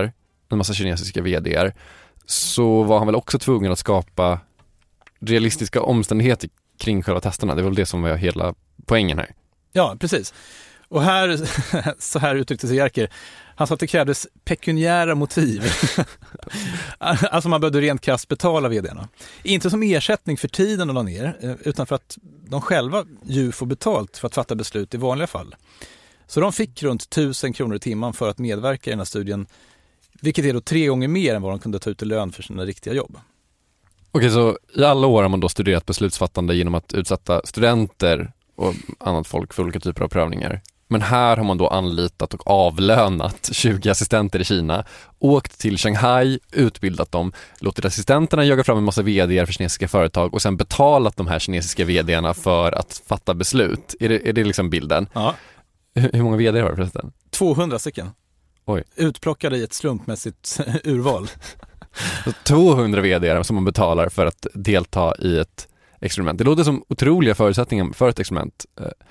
Speaker 13: vd:ar så var han väl också tvungen att skapa realistiska omständigheter kring själva testerna. Det var väl det som var hela poängen här.
Speaker 6: Ja, precis. Och så här uttryckte sig Jerker. Han sa att det krävdes pekuniära motiv. Alltså man behövde rent krasst betala vdarna. Inte som ersättning för tiden de la ner, utan för att de själva ju får betalt för att fatta beslut i vanliga fall. Så de fick runt 1000 kronor i timmen för att medverka i den här studien, vilket är då 3 gånger mer än vad de kunde ta ut i lön för sina riktiga jobb.
Speaker 13: Okej, så i alla år har man då studerat beslutsfattande genom att utsätta studenter och annat folk för olika typer av prövningar. Men här har man då anlitat och avlönat 20 assistenter i Kina, åkt till Shanghai, utbildat dem, låtit assistenterna jaga fram en massa vd:ar för kinesiska företag och sen betalat de här kinesiska vd:arna för att fatta beslut. Är det liksom bilden?
Speaker 6: Ja.
Speaker 13: Hur många vd:ar var det förresten?
Speaker 6: 200 stycken.
Speaker 13: Oj.
Speaker 6: Utplockade i ett slumpmässigt urval.
Speaker 13: 200 vd:ar som man betalar för att delta i ett experiment. Det låter som otroliga förutsättningar för ett experiment.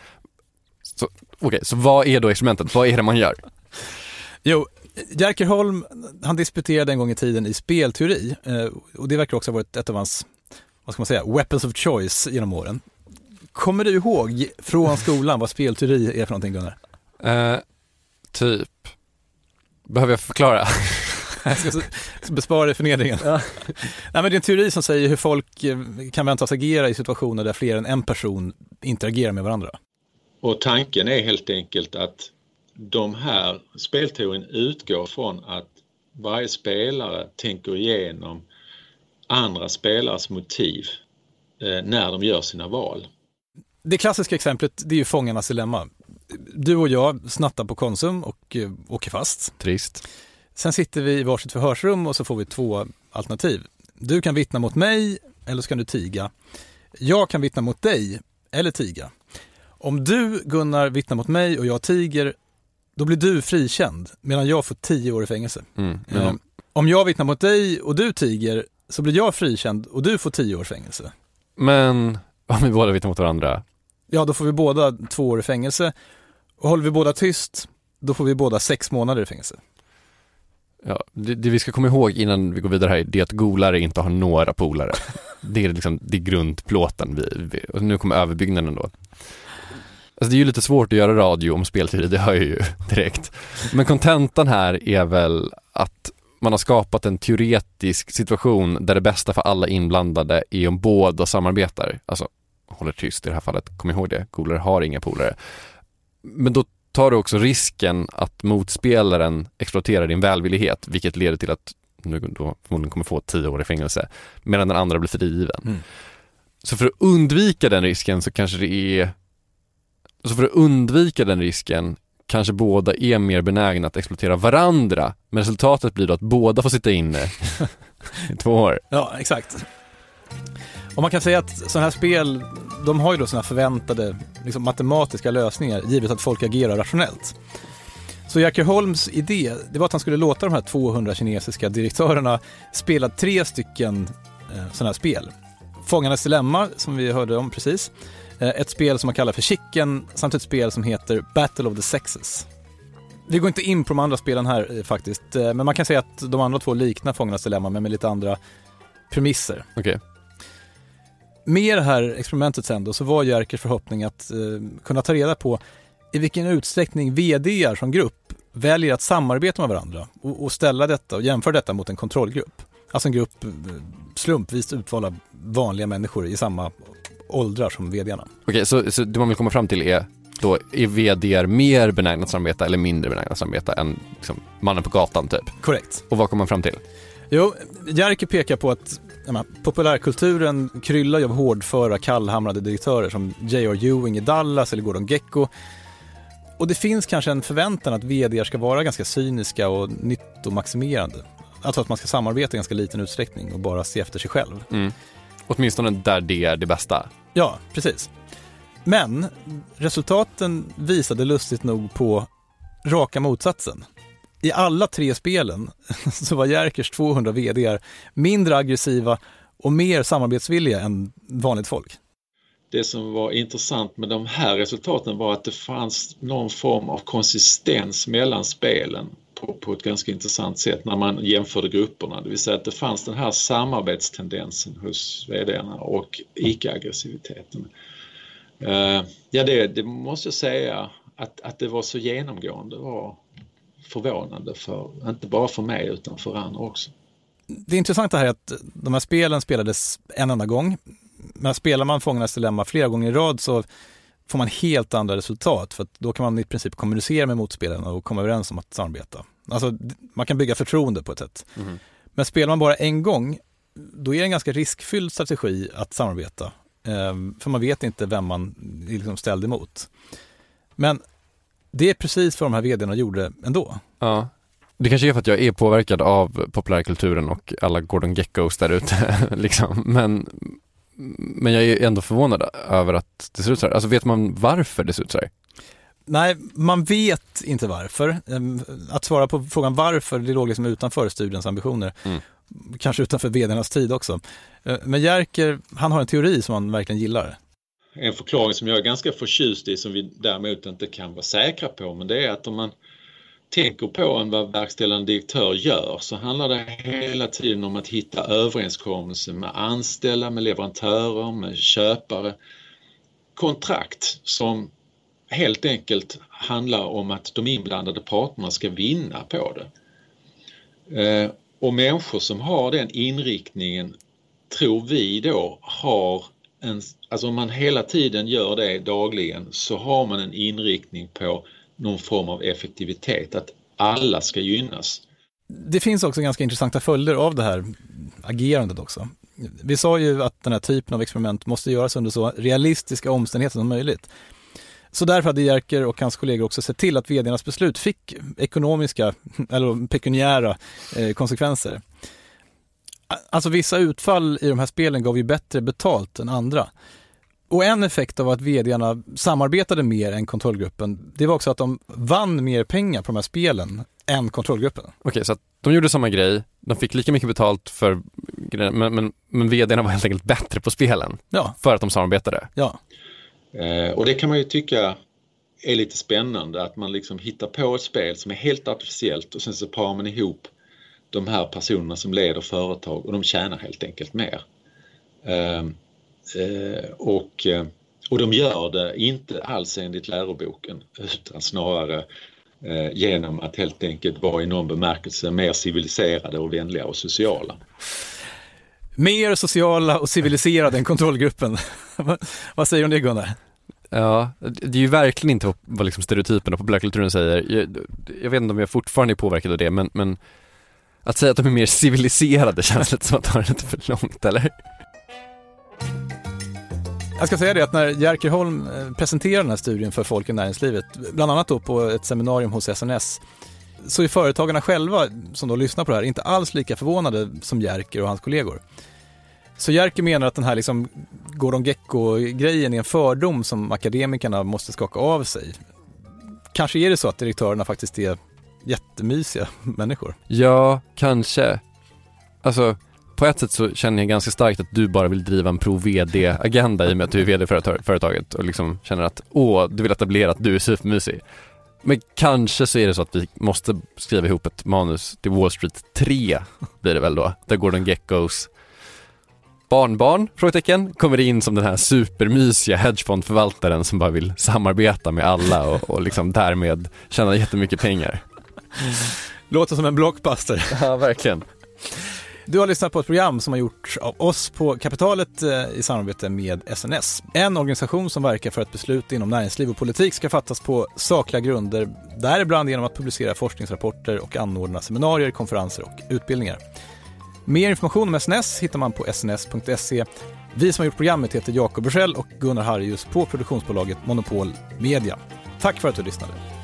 Speaker 13: Så vad är då experimentet? Vad är det man gör?
Speaker 6: Jo, Jerker Holm, han disputerade en gång i tiden i spelteori. Och det verkar också ha varit ett av hans, vad ska man säga, weapons of choice genom åren. Kommer du ihåg från skolan vad spelteori är för någonting, Gunnar?
Speaker 13: Typ. Behöver jag förklara?
Speaker 6: Jag ska bespara dig förnedringen. Ja. Nej, men det är en teori som säger hur folk kan väntas agera i situationer där fler än en person interagerar med varandra.
Speaker 17: Och tanken är helt enkelt att de här spelteorin utgår från att varje spelare tänker igenom andra spelares motiv när de gör sina val.
Speaker 6: Det klassiska exemplet, det är ju Fångarnas dilemma. Du och jag snattar på Konsum och åker fast.
Speaker 13: Trist.
Speaker 6: Sen sitter vi i varsitt förhörsrum och så får vi 2 alternativ. Du kan vittna mot mig eller så kan du tiga. Jag kan vittna mot dig eller tiga. Om du, Gunnar, vittnar mot mig och jag tiger, då blir du frikänd medan jag får 10 år i fängelse. Om jag vittnar mot dig och du tiger så blir jag frikänd och du får 10 års fängelse.
Speaker 13: Men om vi båda vittnar mot varandra?
Speaker 6: Ja, då får vi båda 2 år i fängelse. Och håller vi båda tyst, då får vi båda 6 månader i fängelse.
Speaker 13: Ja, det vi ska komma ihåg innan vi går vidare här, det är att golare inte har några polare. Det är liksom det är grundplåten. Och nu kommer överbyggnaden då. Alltså det är ju lite svårt att göra radio om spelteori, det hör jag ju direkt. Men kontentan här är väl att man har skapat en teoretisk situation där det bästa för alla inblandade är om båda samarbetar. Alltså, håller tyst i det här fallet, kom ihåg det. Golare har inga polare. Men då tar du också risken att motspelaren exploaterar din välvillighet, vilket leder till att nu då förmodligen kommer få 10 år i fängelse medan den andra blir frigiven. Så för att undvika den risken så kanske det är kanske båda är mer benägna att exploatera varandra, men resultatet blir då att båda får sitta inne i 2 år.
Speaker 6: Ja, exakt. Och man kan säga att sådana här spel, de har ju då sådana förväntade liksom, matematiska lösningar givet att folk agerar rationellt. Så Jerker Holms idé, det var att han skulle låta de här 200 kinesiska direktörerna spela 3 stycken sådana här spel. Fångarnas dilemma, som vi hörde om precis. Ett spel som man kallar för Chicken, samt ett spel som heter Battle of the Sexes. Vi går inte in på de andra spelen här faktiskt, men man kan säga att de andra 2 liknar Fångarnas dilemma, men med lite andra premisser.
Speaker 4: Okej.
Speaker 6: Med det här experimentet sen då, så var Jerkers förhoppning att kunna ta reda på i vilken utsträckning vd:ar som grupp väljer att samarbeta med varandra och ställa detta och jämföra detta mot en kontrollgrupp. Alltså en grupp slumpvis utvalda vanliga människor i samma åldrar som vd:arna.
Speaker 4: Okej, så det man vill komma fram till är då, är vd:ar mer benägna att samarbeta eller mindre benägna att samarbeta än liksom, mannen på gatan typ?
Speaker 6: Korrekt.
Speaker 4: Och vad kommer man fram till?
Speaker 6: Jo, Jerker pekar på att populärkulturen kryllar av hårdföra, kallhamrade direktörer som J.R. Ewing i Dallas eller Gordon Gekko. Och det finns kanske en förväntan att vd:ar ska vara ganska cyniska och nyttomaximerande. Alltså att man ska samarbeta i ganska liten utsträckning och bara se efter sig själv.
Speaker 4: Åtminstone där det är det bästa.
Speaker 6: Ja, precis. Men resultaten visade lustigt nog på raka motsatsen. I alla 3 spelen så var Jerkers 200 vd:ar mindre aggressiva och mer samarbetsvilliga än vanligt folk.
Speaker 17: Det som var intressant med de här resultaten var att det fanns någon form av konsistens mellan spelen på ett ganska intressant sätt när man jämförde grupperna. Det vill säga att det fanns den här samarbetstendensen hos vd:arna och icke-aggressiviteten. Det måste jag säga att det var så genomgående var förvånande inte bara för mig utan för andra också.
Speaker 6: Det intressanta här är att de här spelen spelades en enda gång. Men spelar man Fångarnas dilemma flera gånger i rad så får man helt andra resultat, för att då kan man i princip kommunicera med motspelarna och komma överens om att samarbeta. Alltså man kan bygga förtroende på ett sätt. Men spelar man bara en gång, då är det en ganska riskfylld strategi att samarbeta. För man vet inte vem man liksom ställde emot. Men det är precis vad de här vd:arna gjorde ändå.
Speaker 4: Ja. Det kanske är för att jag är påverkad av populärkulturen och alla Gordon Geckos där ute. liksom. Men jag är ändå förvånad över att det ser ut så här. Alltså vet man varför det ser ut så här?
Speaker 6: Nej, man vet inte varför. Att svara på frågan varför, det låg liksom utanför studiens ambitioner. Kanske utanför vd:arnas tid också. Men Jerker, han har en teori som han verkligen gillar.
Speaker 17: En förklaring som jag är ganska förtjust i, som vi däremot inte kan vara säkra på, men det är att om man tänker på vad verkställande direktör gör, så handlar det hela tiden om att hitta överenskommelser med anställda, med leverantörer, med köpare. Kontrakt som helt enkelt handlar om att de inblandade parterna ska vinna på det. Och människor som har den inriktningen, tror vi då, har alltså om man hela tiden gör det dagligen, så har man en inriktning på någon form av effektivitet, att alla ska gynnas.
Speaker 6: Det finns också ganska intressanta följder av det här agerandet också. Vi sa ju att den här typen av experiment måste göras under så realistiska omständigheter som möjligt. Så därför hade Jerker och hans kollegor också sett till att vd:arnas beslut fick ekonomiska eller pekuniära konsekvenser. Alltså vissa utfall i de här spelen gav ju bättre betalt än andra. Och en effekt av att vd:arna samarbetade mer än kontrollgruppen, det var också att de vann mer pengar på de här spelen än kontrollgruppen.
Speaker 4: Okej, så att de gjorde samma grej, de fick lika mycket betalt för men vd:arna var helt enkelt bättre på spelen för att de samarbetade.
Speaker 6: Ja.
Speaker 17: Och det kan man ju tycka är lite spännande, att man liksom hittar på ett spel som är helt artificiellt och sen så parar man ihop de här personerna som leder företag och de tjänar helt enkelt mer. Och de gör det inte alls enligt läroboken, utan snarare genom att helt enkelt vara i någon bemärkelse mer civiliserade och vänliga och sociala.
Speaker 6: Mer sociala och civiliserade än kontrollgruppen. Vad säger du om det, Gunnar?
Speaker 4: Ja, det är ju verkligen inte vad liksom stereotypen och populärkulturen säger. Jag vet inte om jag fortfarande är påverkad av det, men att säga att de är mer civiliserade känns lite som att ta det lite för långt, eller?
Speaker 6: Jag ska säga det att när Jerker Holm presenterar den här studien för folk i näringslivet, bland annat då på ett seminarium hos SNS, så är företagarna själva som då lyssnar på det här inte alls lika förvånade som Jerker och hans kollegor. Så Jerker menar att den här liksom Gordon Gekko-grejen är en fördom som akademikerna måste skaka av sig. Kanske är det så att direktörerna faktiskt är jättemysiga människor.
Speaker 13: Ja, kanske. Alltså, på ett sätt så känner jag ganska starkt att du bara vill driva en pro-VD-agenda i och med att du är VD för företaget och liksom känner att du vill etablera att du är supermysig. Men kanske så är det så att vi måste skriva ihop ett manus till Wall Street 3 blir det väl då, där Gordon Geckos barnbarn, kommer in som den här supermysiga hedgefondförvaltaren som bara vill samarbeta med alla och liksom därmed tjäna jättemycket pengar.
Speaker 6: Låter som en blockbuster.
Speaker 13: Ja, verkligen.
Speaker 6: Du har lyssnat på ett program som har gjorts av oss på Kapitalet i samarbete med SNS. En organisation som verkar för att beslut inom näringsliv och politik ska fattas på sakliga grunder, däribland genom att publicera forskningsrapporter och anordna seminarier, konferenser och utbildningar. Mer information om SNS hittar man på sns.se. Vi som har gjort programmet heter Jakob Bursell och Gunnar Harrius på produktionsbolaget Monopol Media. Tack för att du lyssnade.